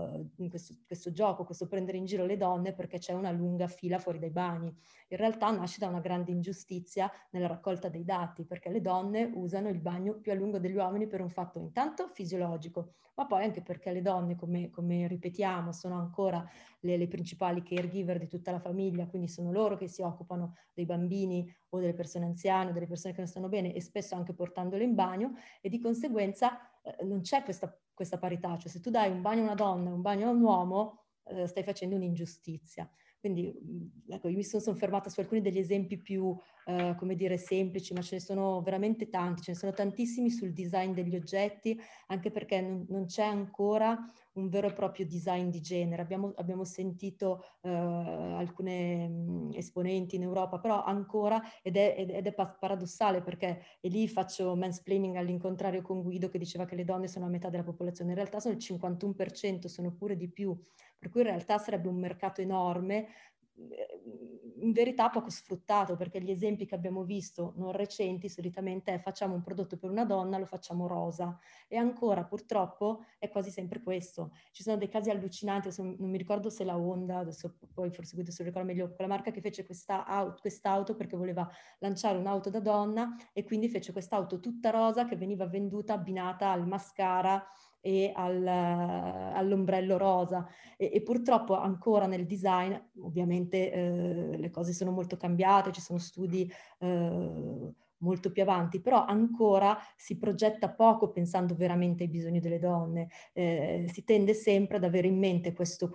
gioco, questo prendere in giro le donne perché c'è una lunga fila fuori dai bagni. In realtà nasce da una grande ingiustizia nella raccolta dei dati, perché le donne usano il bagno più a lungo degli uomini per un fatto intanto fisiologico, ma poi anche perché le donne, come ripetiamo, sono ancora le principali caregiver di tutta la famiglia, quindi sono loro che si occupano dei bambini o delle persone anziane, delle persone che non stanno bene, e spesso anche portandole in bagno, e di conseguenza non c'è questa parità. Cioè, se tu dai un bagno a una donna e un bagno a un uomo, stai facendo un'ingiustizia. Quindi ecco, io mi sono soffermata su alcuni degli esempi più, come dire, semplici, ma ce ne sono veramente tanti, ce ne sono tantissimi sul design degli oggetti, anche perché non c'è ancora un vero e proprio design di genere. Abbiamo sentito alcune esponenti in Europa, però ancora, ed è paradossale, perché, e lì faccio mansplaining all'incontrario con Guido, che diceva che le donne sono la metà della popolazione, in realtà sono il 51%, sono pure di più, per cui in realtà sarebbe un mercato enorme, in verità poco sfruttato, perché gli esempi che abbiamo visto non recenti solitamente è: facciamo un prodotto per una donna, lo facciamo rosa, e ancora purtroppo è quasi sempre questo. Ci sono dei casi allucinanti, non mi ricordo se la Honda, adesso poi forse Guido se lo ricorda meglio, quella marca che fece quest'auto perché voleva lanciare un'auto da donna, e quindi fece quest'auto tutta rosa che veniva venduta abbinata al mascara e all'ombrello rosa, e purtroppo ancora nel design ovviamente le cose sono molto cambiate, ci sono studi molto più avanti, però ancora si progetta poco pensando veramente ai bisogni delle donne. Si tende sempre ad avere in mente questo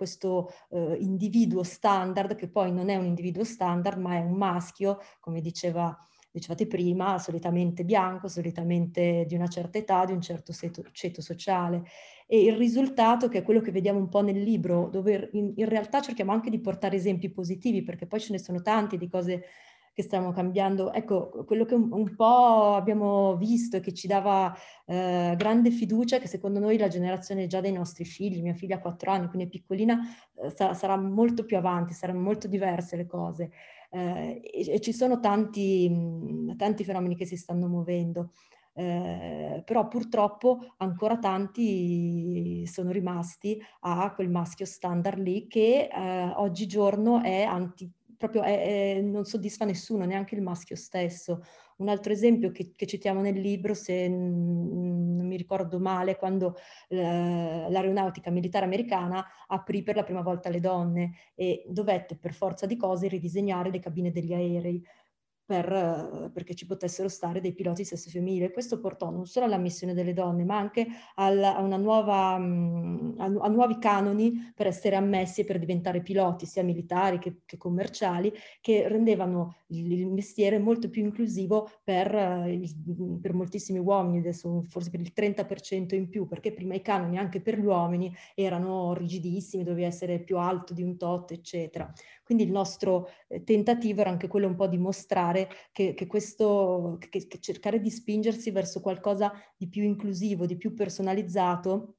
individuo standard, che poi non è un individuo standard, ma è un maschio, come diceva dicevate prima, solitamente bianco, solitamente di una certa età, di un certo ceto sociale. E il risultato, che è quello che vediamo un po' nel libro, dove in realtà cerchiamo anche di portare esempi positivi, perché poi ce ne sono tanti di cose che stiamo cambiando. Ecco, quello che un po' abbiamo visto e che ci dava grande fiducia, che secondo noi la generazione già dei nostri figli, mia figlia ha 4 anni, quindi è piccolina, sarà molto più avanti, saranno molto diverse le cose. E ci sono tanti fenomeni che si stanno muovendo. Però purtroppo ancora tanti sono rimasti a quel maschio standard lì che oggigiorno è proprio non soddisfa nessuno, neanche il maschio stesso. Un altro esempio che citiamo nel libro, se non mi ricordo male, quando l'aeronautica militare americana aprì per la prima volta le donne e dovette per forza di cose ridisegnare le cabine degli aerei perché ci potessero stare dei piloti di sesso femminile. Questo portò non solo all'ammissione delle donne, ma anche a nuovi canoni per essere ammessi e per diventare piloti, sia militari che commerciali, che rendevano il mestiere molto più inclusivo per moltissimi uomini, adesso forse per il 30% in più, perché prima i canoni anche per gli uomini erano rigidissimi, dovevi essere più alto di un tot, eccetera. Quindi il nostro tentativo era anche quello un po' di mostrare che cercare di spingersi verso qualcosa di più inclusivo, di più personalizzato,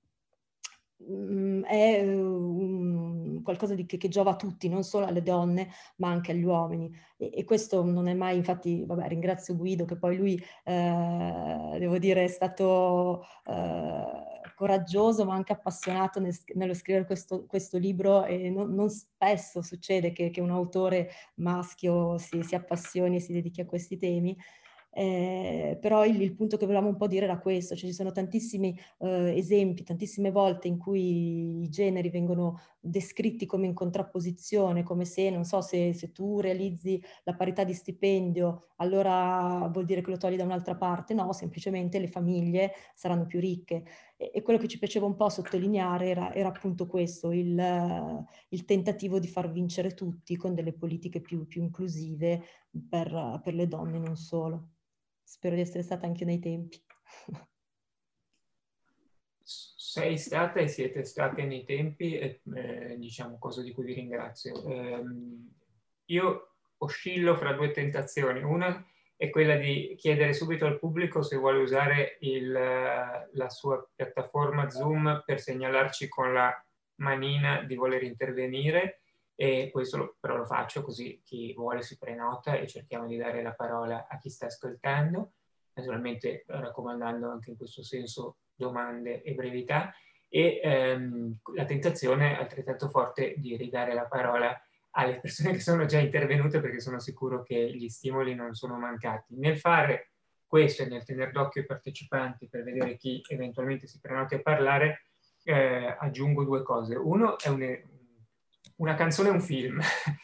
è qualcosa che giova a tutti, non solo alle donne, ma anche agli uomini. E questo non è mai, infatti, vabbè, ringrazio Guido, che poi lui, devo dire, è stato coraggioso, ma anche appassionato nello scrivere questo libro, e non spesso succede che un autore maschio si appassioni e si dedichi a questi temi. Però il punto che volevamo un po' dire era questo, cioè ci sono tantissimi esempi, tantissime volte in cui i generi vengono descritti come in contrapposizione, come se, non so, se tu realizzi la parità di stipendio, allora vuol dire che lo togli da un'altra parte. No, semplicemente le famiglie saranno più ricche. E quello che ci piaceva un po' sottolineare era appunto questo, il tentativo di far vincere tutti con delle politiche più inclusive per le donne, non solo. Spero di essere stata anche nei tempi. Sei stata e siete state nei tempi, diciamo, cosa di cui vi ringrazio. Io oscillo fra due tentazioni. Una è quella di chiedere subito al pubblico se vuole usare la sua piattaforma Zoom per segnalarci con la manina di voler intervenire, e questo però lo faccio così chi vuole si prenota e cerchiamo di dare la parola a chi sta ascoltando, naturalmente raccomandando anche in questo senso domande e brevità, e la tentazione altrettanto forte di ridare la parola alle persone che sono già intervenute, perché sono sicuro che gli stimoli non sono mancati. Nel fare questo e nel tenere d'occhio i partecipanti per vedere chi eventualmente si prenota a parlare, aggiungo due cose. Uno è una canzone e un film.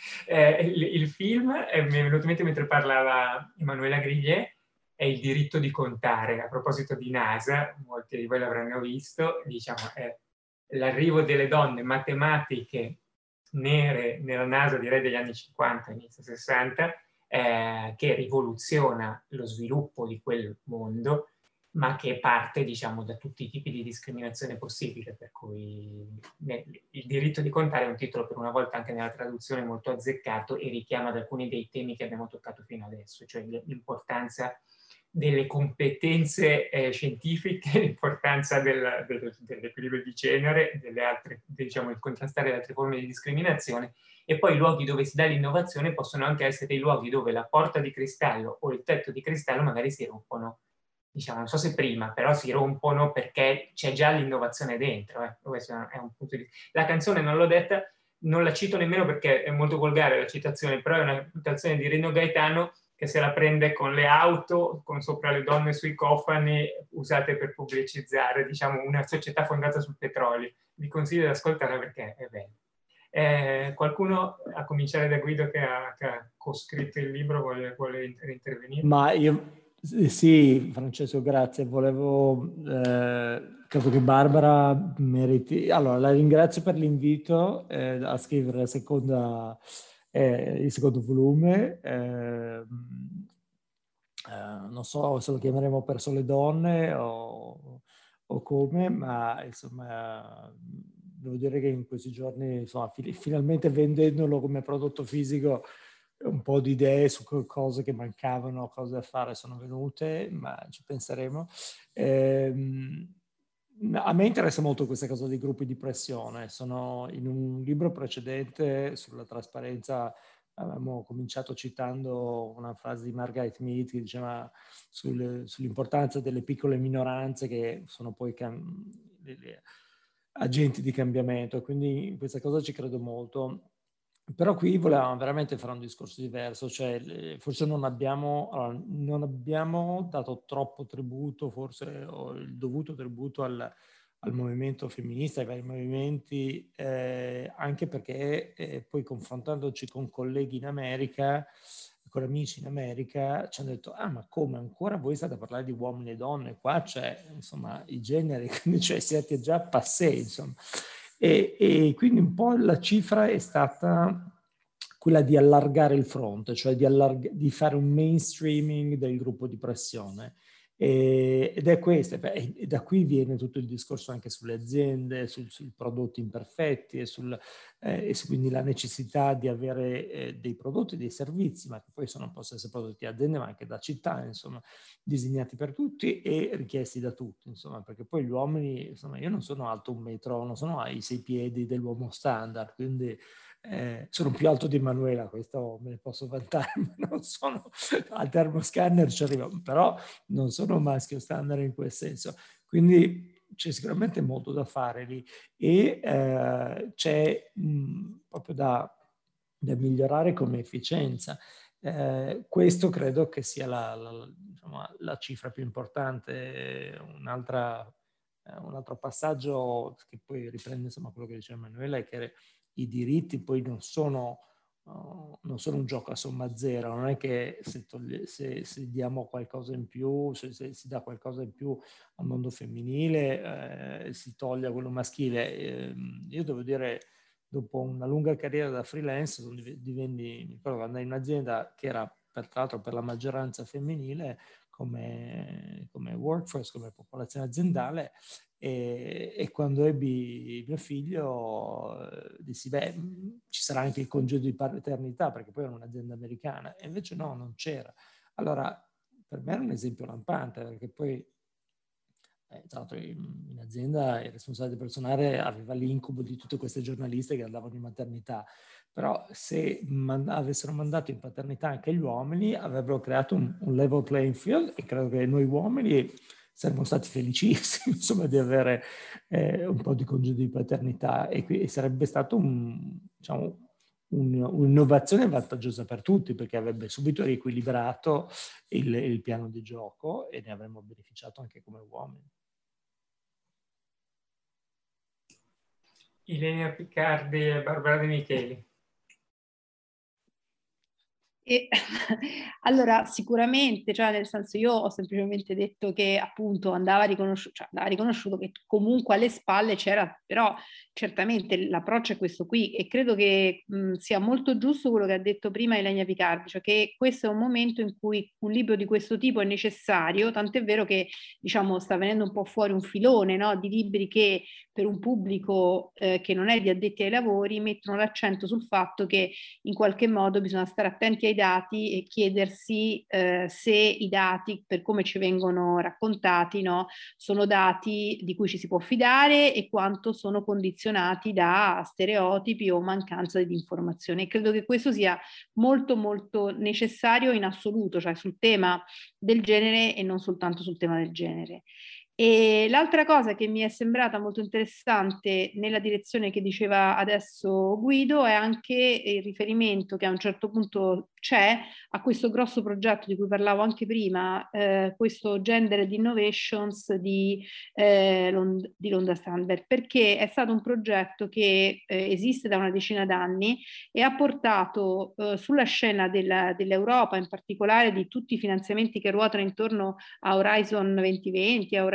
Il film mi è venuto in mente mentre parlava Emanuela Grillier, è Il diritto di contare. A proposito di NASA, molti di voi l'avranno visto, diciamo, è l'arrivo delle donne matematiche nere nella NASA, direi degli anni 50, inizio 60, che rivoluziona lo sviluppo di quel mondo, ma che parte, diciamo, da tutti i tipi di discriminazione possibile, per cui Il diritto di contare è un titolo per una volta anche nella traduzione molto azzeccato e richiama ad alcuni dei temi che abbiamo toccato fino adesso, cioè l'importanza delle competenze scientifiche, l'importanza dell'equilibrio di genere, delle altre, diciamo, il contrastare le altre forme di discriminazione, e poi i luoghi dove si dà l'innovazione possono anche essere i luoghi dove la porta di cristallo o il tetto di cristallo magari si rompono, diciamo, non so se prima, però si rompono perché c'è già l'innovazione dentro. Questo è un punto di... La canzone non l'ho detta, non la cito nemmeno perché è molto volgare la citazione, però è una citazione di Rino Gaetano, che se la prende con le auto, con sopra le donne sui cofani, usate per pubblicizzare, diciamo, una società fondata sul petrolio. Vi consiglio di ascoltarla perché è bello. Qualcuno, a cominciare da Guido che ha coscritto il libro, vuole intervenire? Ma io... Sì, Francesco, grazie. Volevo, credo che Barbara meriti... Allora, la ringrazio per l'invito a scrivere il secondo volume. non so se lo chiameremo per sole donne o come, ma insomma devo dire che in questi giorni, insomma, finalmente vendendolo come prodotto fisico, un po' di idee su cose che mancavano, cose da fare sono venute, ma ci penseremo. A me interessa molto questa cosa dei gruppi di pressione. Sono in un libro precedente sulla trasparenza, avevamo cominciato citando una frase di Margaret Mead che diceva sull'importanza delle piccole minoranze che sono poi agenti di cambiamento, quindi in questa cosa ci credo molto. Però qui volevamo veramente fare un discorso diverso, cioè forse non abbiamo dato troppo tributo, forse, o il dovuto tributo al movimento femminista, ai vari movimenti, anche perché poi confrontandoci con colleghi in America, con amici in America, ci hanno detto: ah, ma come, ancora voi state a parlare di uomini e donne? Qua c'è, insomma, i generi, quindi cioè siete già passé, insomma. E quindi un po' la cifra è stata quella di allargare il fronte, cioè di fare un mainstreaming del gruppo di pressione. Ed è questo, e da qui viene tutto il discorso anche sulle aziende, sui prodotti imperfetti e quindi la necessità di avere dei prodotti, dei servizi, ma che poi possono essere prodotti da aziende, ma anche da città, insomma, disegnati per tutti e richiesti da tutti, insomma, perché poi gli uomini, insomma, io non sono alto 1 metro, non sono ai 6 piedi dell'uomo standard, quindi sono più alto di Emanuela, questo me ne posso vantare, ma non sono al termoscanner, ci arrivo, però non sono maschio standard in quel senso. Quindi c'è sicuramente molto da fare lì e c'è proprio da migliorare come efficienza. Questo credo che sia diciamo, la cifra più importante. Un altro passaggio che poi riprende insomma quello che diceva Emanuela è che i diritti poi non sono un gioco a somma zero, non è che se diamo qualcosa in più, se si dà qualcosa in più al mondo femminile, si toglie quello maschile. Io devo dire, dopo una lunga carriera da freelance, mi ricordo che andai in un'azienda che era peraltro per la maggioranza femminile come workforce, come popolazione aziendale, e quando ebbi mio figlio dissi, beh, ci sarà anche il congedo di paternità, perché poi era un'azienda americana, e invece no, non c'era. Allora, per me era un esempio lampante, perché poi tra l'altro in azienda il responsabile del personale aveva l'incubo di tutte queste giornaliste che andavano in maternità, però se avessero mandato in paternità anche gli uomini avrebbero creato un level playing field, e credo che noi uomini saremmo stati felicissimi insomma di avere un po' di congedo di paternità, e sarebbe stato un'innovazione vantaggiosa per tutti, perché avrebbe subito riequilibrato il piano di gioco e ne avremmo beneficiato anche come uomini. Ilenia Piccardi e Barbara De Micheli. Allora, sicuramente, cioè nel senso, io ho semplicemente detto che appunto andava riconosciuto che comunque alle spalle c'era, però certamente l'approccio è questo qui, e credo che sia molto giusto quello che ha detto prima Ilenia Piccardi, cioè che questo è un momento in cui un libro di questo tipo è necessario, tant'è vero che diciamo sta venendo un po' fuori un filone, no, di libri che per un pubblico che non è di addetti ai lavori mettono l'accento sul fatto che in qualche modo bisogna stare attenti ai dati e chiedersi se i dati, per come ci vengono raccontati, no, sono dati di cui ci si può fidare e quanto sono condizionati da stereotipi o mancanza di informazione. E credo che questo sia molto molto necessario in assoluto, cioè sul tema del genere e non soltanto sul tema del genere. E l'altra cosa che mi è sembrata molto interessante nella direzione che diceva adesso Guido è anche il riferimento che a un certo punto c'è a questo grosso progetto di cui parlavo anche prima, questo Gender Innovations di Londa Sandberg, perché è stato un progetto che esiste da una decina d'anni e ha portato sulla scena dell'Europa, in particolare di tutti i finanziamenti che ruotano intorno a Horizon 2020, a Horizon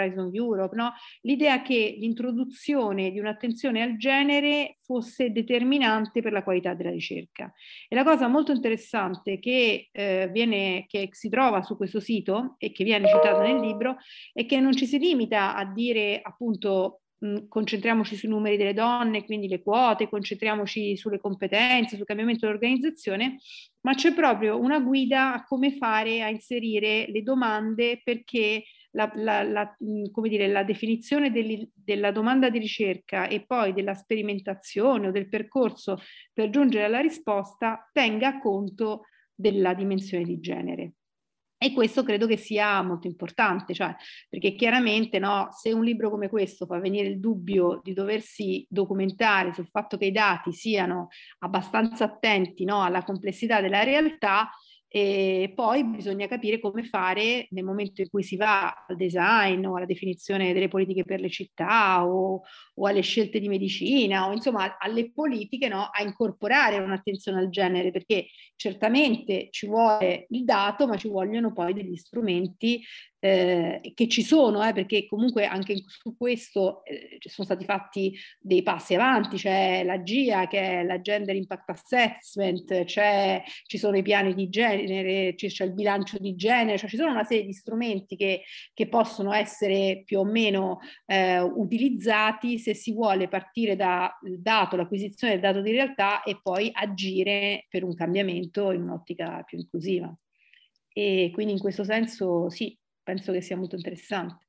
Horizon Europe, no? L'idea che l'introduzione di un'attenzione al genere fosse determinante per la qualità della ricerca. E la cosa molto interessante che si trova su questo sito e che viene citata nel libro è che non ci si limita a dire appunto concentriamoci sui numeri delle donne, quindi le quote, concentriamoci sulle competenze, sul cambiamento dell'organizzazione, ma c'è proprio una guida a come fare a inserire le domande, perché come dire, la definizione della domanda di ricerca e poi della sperimentazione o del percorso per giungere alla risposta tenga conto della dimensione di genere. E questo credo che sia molto importante, cioè, perché chiaramente no, se un libro come questo fa venire il dubbio di doversi documentare sul fatto che i dati siano abbastanza attenti, no, alla complessità della realtà, e poi bisogna capire come fare nel momento in cui si va al design o alla definizione delle politiche per le città o alle scelte di medicina o insomma alle politiche, no, a incorporare un'attenzione al genere, perché certamente ci vuole il dato, ma ci vogliono poi degli strumenti che ci sono, perché comunque anche su questo ci sono stati fatti dei passi avanti, c'è la GIA che è la Gender Impact Assessment, ci sono i piani di genere, c'è il bilancio di genere, cioè ci sono una serie di strumenti che possono essere più o meno utilizzati se si vuole partire dal dato, l'acquisizione del dato di realtà e poi agire per un cambiamento in un'ottica più inclusiva. E quindi in questo senso sì, penso che sia molto interessante.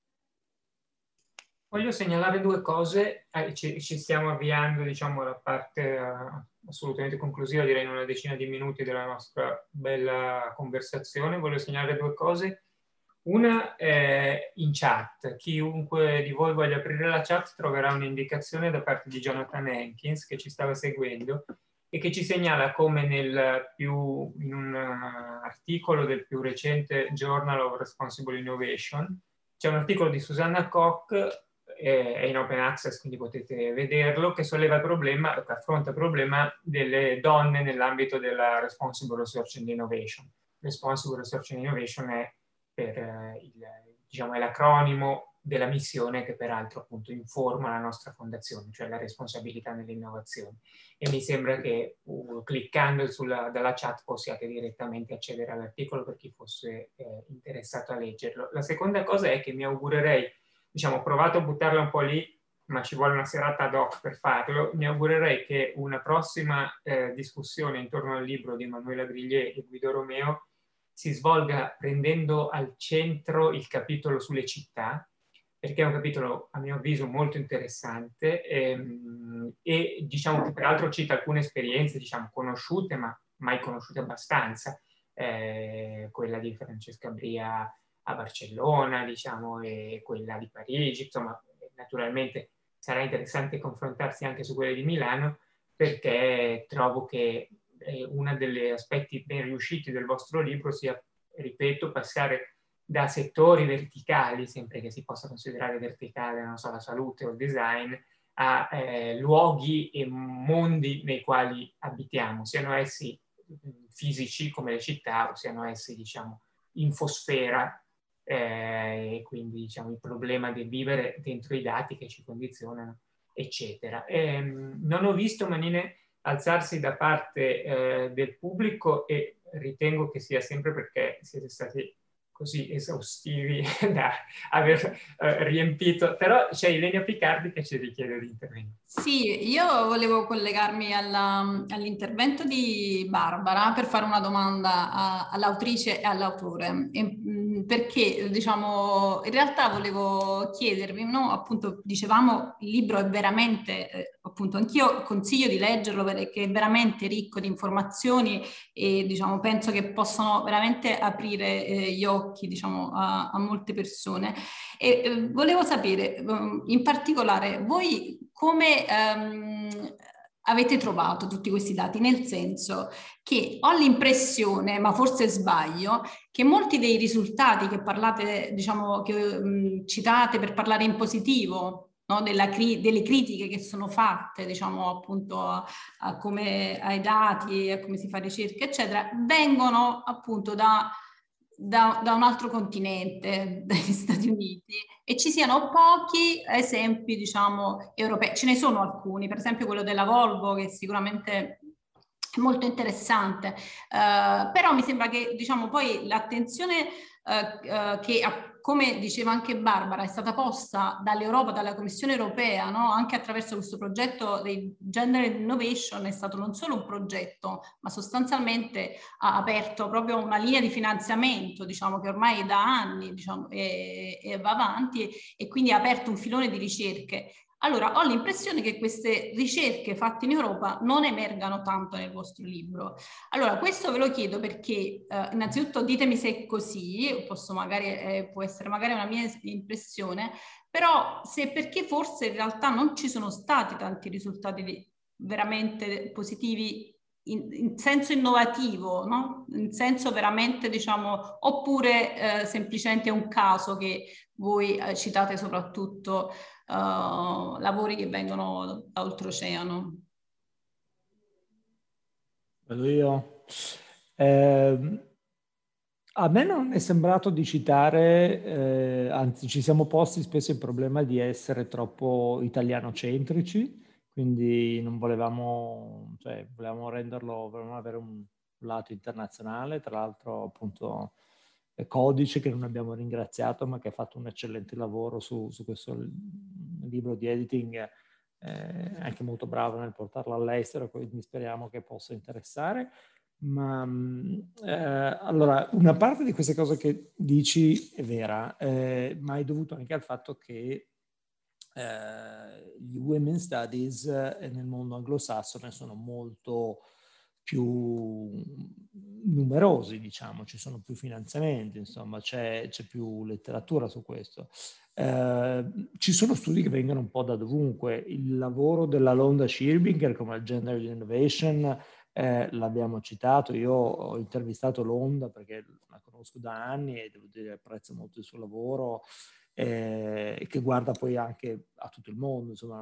Voglio segnalare due cose, ci stiamo avviando diciamo alla parte assolutamente conclusiva, direi in una decina di minuti della nostra bella conversazione. Voglio segnalare due cose. Una è in chat, chiunque di voi voglia aprire la chat troverà un'indicazione da parte di Jonathan Hankins che ci stava seguendo e che ci segnala come in un articolo del più recente Journal of Responsible Innovation c'è un articolo di Susanna Koch, è in open access quindi potete vederlo, che solleva il problema, che affronta il problema delle donne nell'ambito della Responsible Research and Innovation. Responsible Research and Innovation è è l'acronimo della missione che peraltro appunto informa la nostra fondazione, cioè la responsabilità nell'innovazione. E mi sembra che cliccando dalla chat possiate direttamente accedere all'articolo per chi fosse interessato a leggerlo. La seconda cosa è che mi augurerei, ho provato a buttarla un po' lì, ma ci vuole una serata ad hoc per farlo, mi augurerei che una prossima discussione intorno al libro di Emanuela Grillier e Guido Romeo si svolga prendendo al centro il capitolo sulle città, perché è un capitolo a mio avviso molto interessante e diciamo che peraltro cita alcune esperienze conosciute ma mai conosciute abbastanza, quella di Francesca Bria a Barcellona e quella di Parigi, insomma naturalmente sarà interessante confrontarsi anche su quelle di Milano, perché trovo che uno degli aspetti ben riusciti del vostro libro sia, ripeto, passare da settori verticali, sempre che si possa considerare verticale, non so, la salute o il design, a luoghi e mondi nei quali abitiamo, siano essi fisici come le città o siano essi, infosfera, e quindi il problema del vivere dentro i dati che ci condizionano, eccetera. Non ho visto manine alzarsi da parte del pubblico e ritengo che sia sempre perché siete stati così esaustivi da aver riempito, però c'è Ilenia Picardi che ci richiede di intervenire. Sì, io volevo collegarmi all'intervento di Barbara per fare una domanda all'autrice e all'autore, perché in realtà volevo chiedervi, no? Appunto dicevamo il libro è veramente, appunto anch'io consiglio di leggerlo perché è veramente ricco di informazioni e penso che possono veramente aprire gli occhi a molte persone. E volevo sapere in particolare voi come avete trovato tutti questi dati, nel senso che ho l'impressione, ma forse sbaglio, che molti dei risultati che parlate, che citate per parlare in positivo, no, delle critiche che sono fatte, appunto a come ai dati, a come si fa ricerca, eccetera, vengono appunto da da un altro continente, dagli Stati Uniti, e ci siano pochi esempi, diciamo, europei. Ce ne sono alcuni, per esempio quello della Volvo, che sicuramente è molto interessante, però mi sembra che, diciamo, poi l'attenzione che, come diceva anche Barbara, è stata posta dall'Europa, dalla Commissione europea, no? Anche attraverso questo progetto dei Gender Innovation, è stato non solo un progetto, ma sostanzialmente ha aperto proprio una linea di finanziamento, diciamo, che ormai da anni, diciamo, e va avanti, e quindi ha aperto un filone di ricerche. Allora, ho l'impressione che queste ricerche fatte in Europa non emergano tanto nel vostro libro. Allora, questo ve lo chiedo perché, innanzitutto, ditemi se è così, può essere magari una mia impressione, però se perché forse in realtà non ci sono stati tanti risultati veramente positivi in senso innovativo, no? In senso veramente, diciamo, oppure semplicemente un caso che voi citate soprattutto lavori che vengono da oltreoceano. Vedo io. A me non è sembrato di citare, anzi ci siamo posti spesso il problema di essere troppo italianocentrici, quindi non volevamo, cioè volevamo avere un lato internazionale, tra l'altro appunto Codice, che non abbiamo ringraziato ma che ha fatto un eccellente lavoro su questo libro di editing, anche molto bravo nel portarlo all'estero, quindi speriamo che possa interessare. Ma allora, una parte di queste cose che dici è vera, ma è dovuto anche al fatto che gli women's studies nel mondo anglosassone sono molto più numerosi, diciamo, ci sono più finanziamenti, insomma, c'è più letteratura su questo. Ci sono studi che vengono un po' da dovunque. Il lavoro della Londa Schirbinger come al Gender Innovation l'abbiamo citato. Io ho intervistato Londa perché la conosco da anni e devo dire apprezzo molto il suo lavoro, che guarda poi anche a tutto il mondo, insomma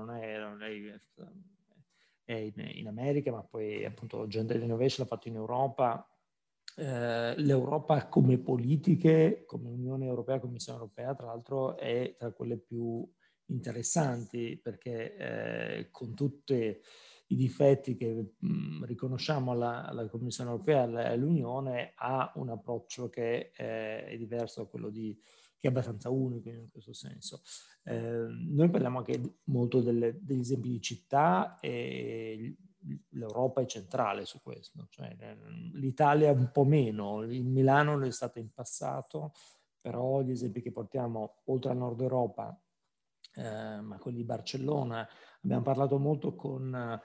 è in America, ma poi appunto Gender Innovation l'ha fatto in Europa. L'Europa come politiche, come Unione Europea, Commissione Europea, tra l'altro è tra quelle più interessanti, perché con tutti i difetti che riconosciamo alla Commissione Europea e all'Unione, ha un approccio che è diverso da quello che è abbastanza unico in questo senso. Noi parliamo anche molto degli esempi di città, e l'Europa è centrale su questo, cioè l'Italia un po' meno, il Milano lo è stato in passato, però gli esempi che portiamo oltre al Nord Europa, ma quelli di Barcellona, abbiamo parlato molto con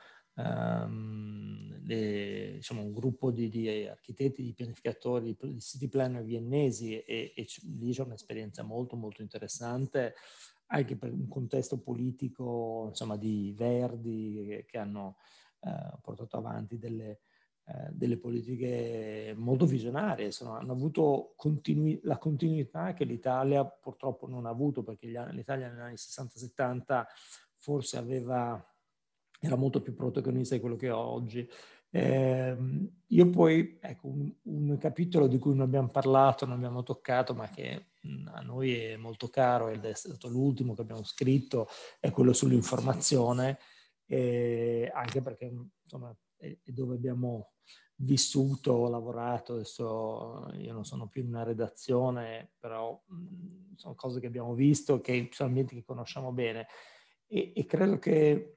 diciamo un gruppo di architetti, di pianificatori, di city planner viennesi, e lì c'è un'esperienza molto molto interessante, anche per un contesto politico, insomma, di Verdi che hanno portato avanti delle politiche molto visionarie, hanno avuto la continuità che l'Italia purtroppo non ha avuto, perché l'Italia negli anni 60-70 forse era molto più protagonista di quello che è oggi. Io poi, ecco, un capitolo di cui non abbiamo parlato, non abbiamo toccato, ma che a noi è molto caro ed è stato l'ultimo che abbiamo scritto, è quello sull'informazione, anche perché insomma è dove abbiamo vissuto, lavorato. Adesso io non sono più in una redazione, però sono cose che abbiamo visto, che sono ambienti che conosciamo bene, e credo che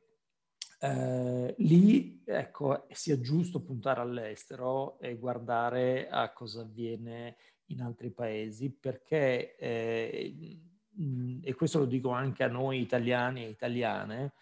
lì, ecco, sia giusto puntare all'estero e guardare a cosa avviene in altri paesi, perché, e questo lo dico anche a noi italiani e italiane,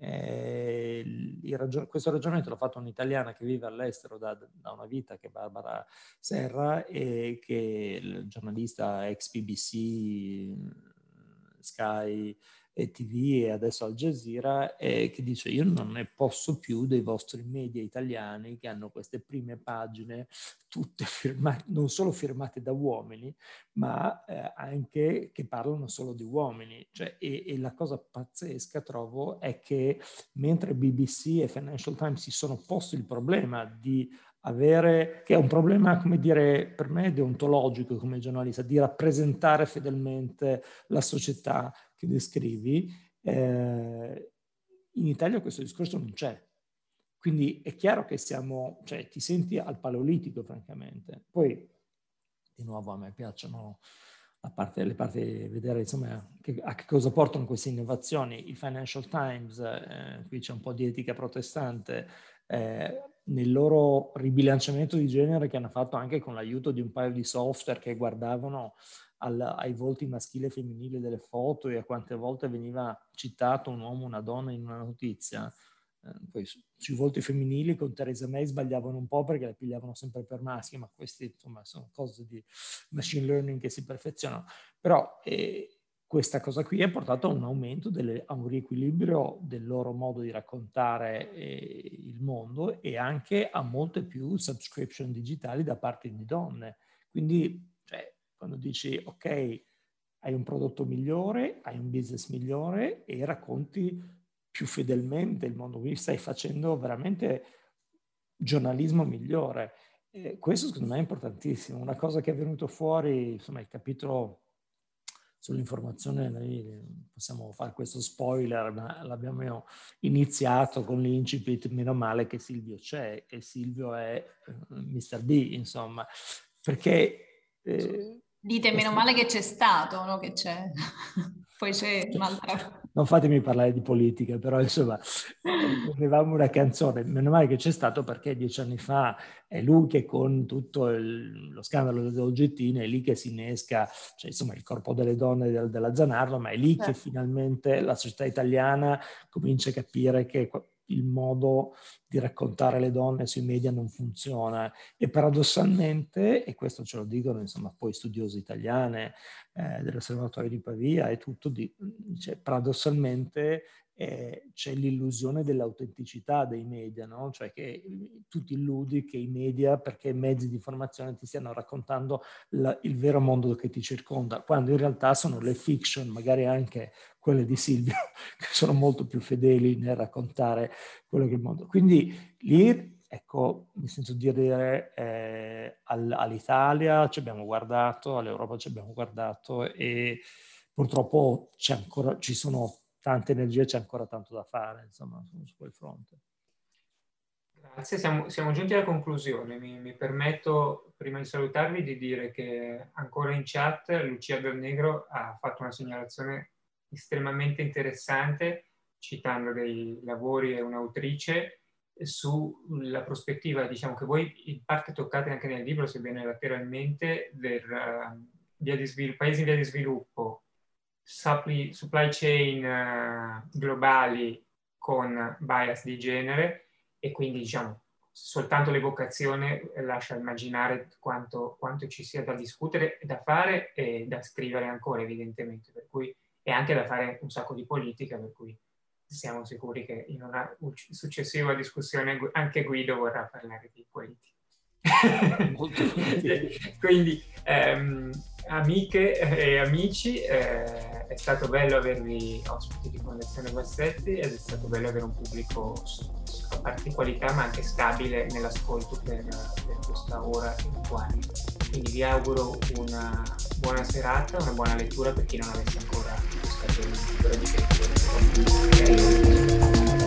questo ragionamento l'ha fatto un'italiana che vive all'estero da una vita, che è Barbara Serra, e che è il giornalista ex BBC, Sky e TV e adesso Al Jazeera, che dice: io non ne posso più dei vostri media italiani che hanno queste prime pagine tutte firmate, non solo firmate da uomini, ma anche che parlano solo di uomini. Cioè, e la cosa pazzesca, trovo, è che mentre BBC e Financial Times si sono posti il problema di che è un problema, come dire, per me deontologico come giornalista, di rappresentare fedelmente la società che descrivi. In Italia questo discorso non c'è. Quindi è chiaro che cioè ti senti al paleolitico, francamente. Poi, di nuovo, a me piacciono le parti, vedere insomma a che cosa portano queste innovazioni. Il Financial Times, qui c'è un po' di etica protestante, nel loro ribilanciamento di genere che hanno fatto anche con l'aiuto di un paio di software che guardavano ai volti maschili e femminili delle foto e a quante volte veniva citato un uomo o una donna in una notizia. Poi sui volti femminili con Theresa May sbagliavano un po' perché le pigliavano sempre per maschi, ma questi insomma sono cose di machine learning che si perfezionano. Però questa cosa qui ha portato a un aumento, a un riequilibrio del loro modo di raccontare il mondo e anche a molte più subscription digitali da parte di donne. Quindi quando dici ok, hai un prodotto migliore, hai un business migliore e racconti più fedelmente il mondo, quindi stai facendo veramente giornalismo migliore. Questo secondo me è importantissimo. Una cosa che è venuto fuori, insomma, il capitolo sull'informazione, noi possiamo fare questo spoiler, ma l'abbiamo iniziato con l'incipit, meno male che Silvio c'è, e Silvio è Mr. D, insomma, perché... Dite meno male che c'è stato, no? Che c'è... Poi c'è un'altra... Non fatemi parlare di politica, però insomma, avevamo una canzone, meno male che c'è stato perché 10 anni fa è lui che con tutto lo scandalo delle dolcettine è lì che si innesca, cioè insomma il corpo delle donne della Zanardo, ma è lì che finalmente la società italiana comincia a capire che il modo di raccontare le donne sui media non funziona e paradossalmente, e questo ce lo dicono insomma poi studiose italiane dell'Osservatorio di Pavia e tutto, cioè, paradossalmente c'è l'illusione dell'autenticità dei media, no? Cioè che tu ti illudi che i media, perché i mezzi di informazione ti stiano raccontando il vero mondo che ti circonda, quando in realtà sono le fiction, magari anche quelle di Silvio, che sono molto più fedeli nel raccontare quello che è il mondo. Quindi lì, ecco, mi sento di dire all'Italia ci abbiamo guardato, all'Europa ci abbiamo guardato e purtroppo ci sono tante energie, c'è ancora tanto da fare, insomma, su quel fronte. Grazie, siamo giunti alla conclusione. Mi permetto, prima di salutarvi, di dire che ancora in chat Lucia Belnegro ha fatto una segnalazione estremamente interessante, citando dei lavori e un'autrice, sulla prospettiva, diciamo, che voi in parte toccate anche nel libro, sebbene lateralmente, paesi in via di sviluppo, supply chain globali con bias di genere, e quindi diciamo soltanto l'evocazione lascia immaginare quanto ci sia da discutere, da fare e da scrivere ancora, evidentemente, per cui è anche da fare un sacco di politica, per cui siamo sicuri che in una successiva discussione anche Guido vorrà parlare di politica. Quindi amiche e amici, è stato bello avervi ospiti di Fondazione Bassetti ed è stato bello avere un pubblico a parte di qualità ma anche stabile nell'ascolto per questa ora eventuale. Quindi vi auguro una buona serata, una buona lettura per chi non avesse ancora buscato il libro di creazione.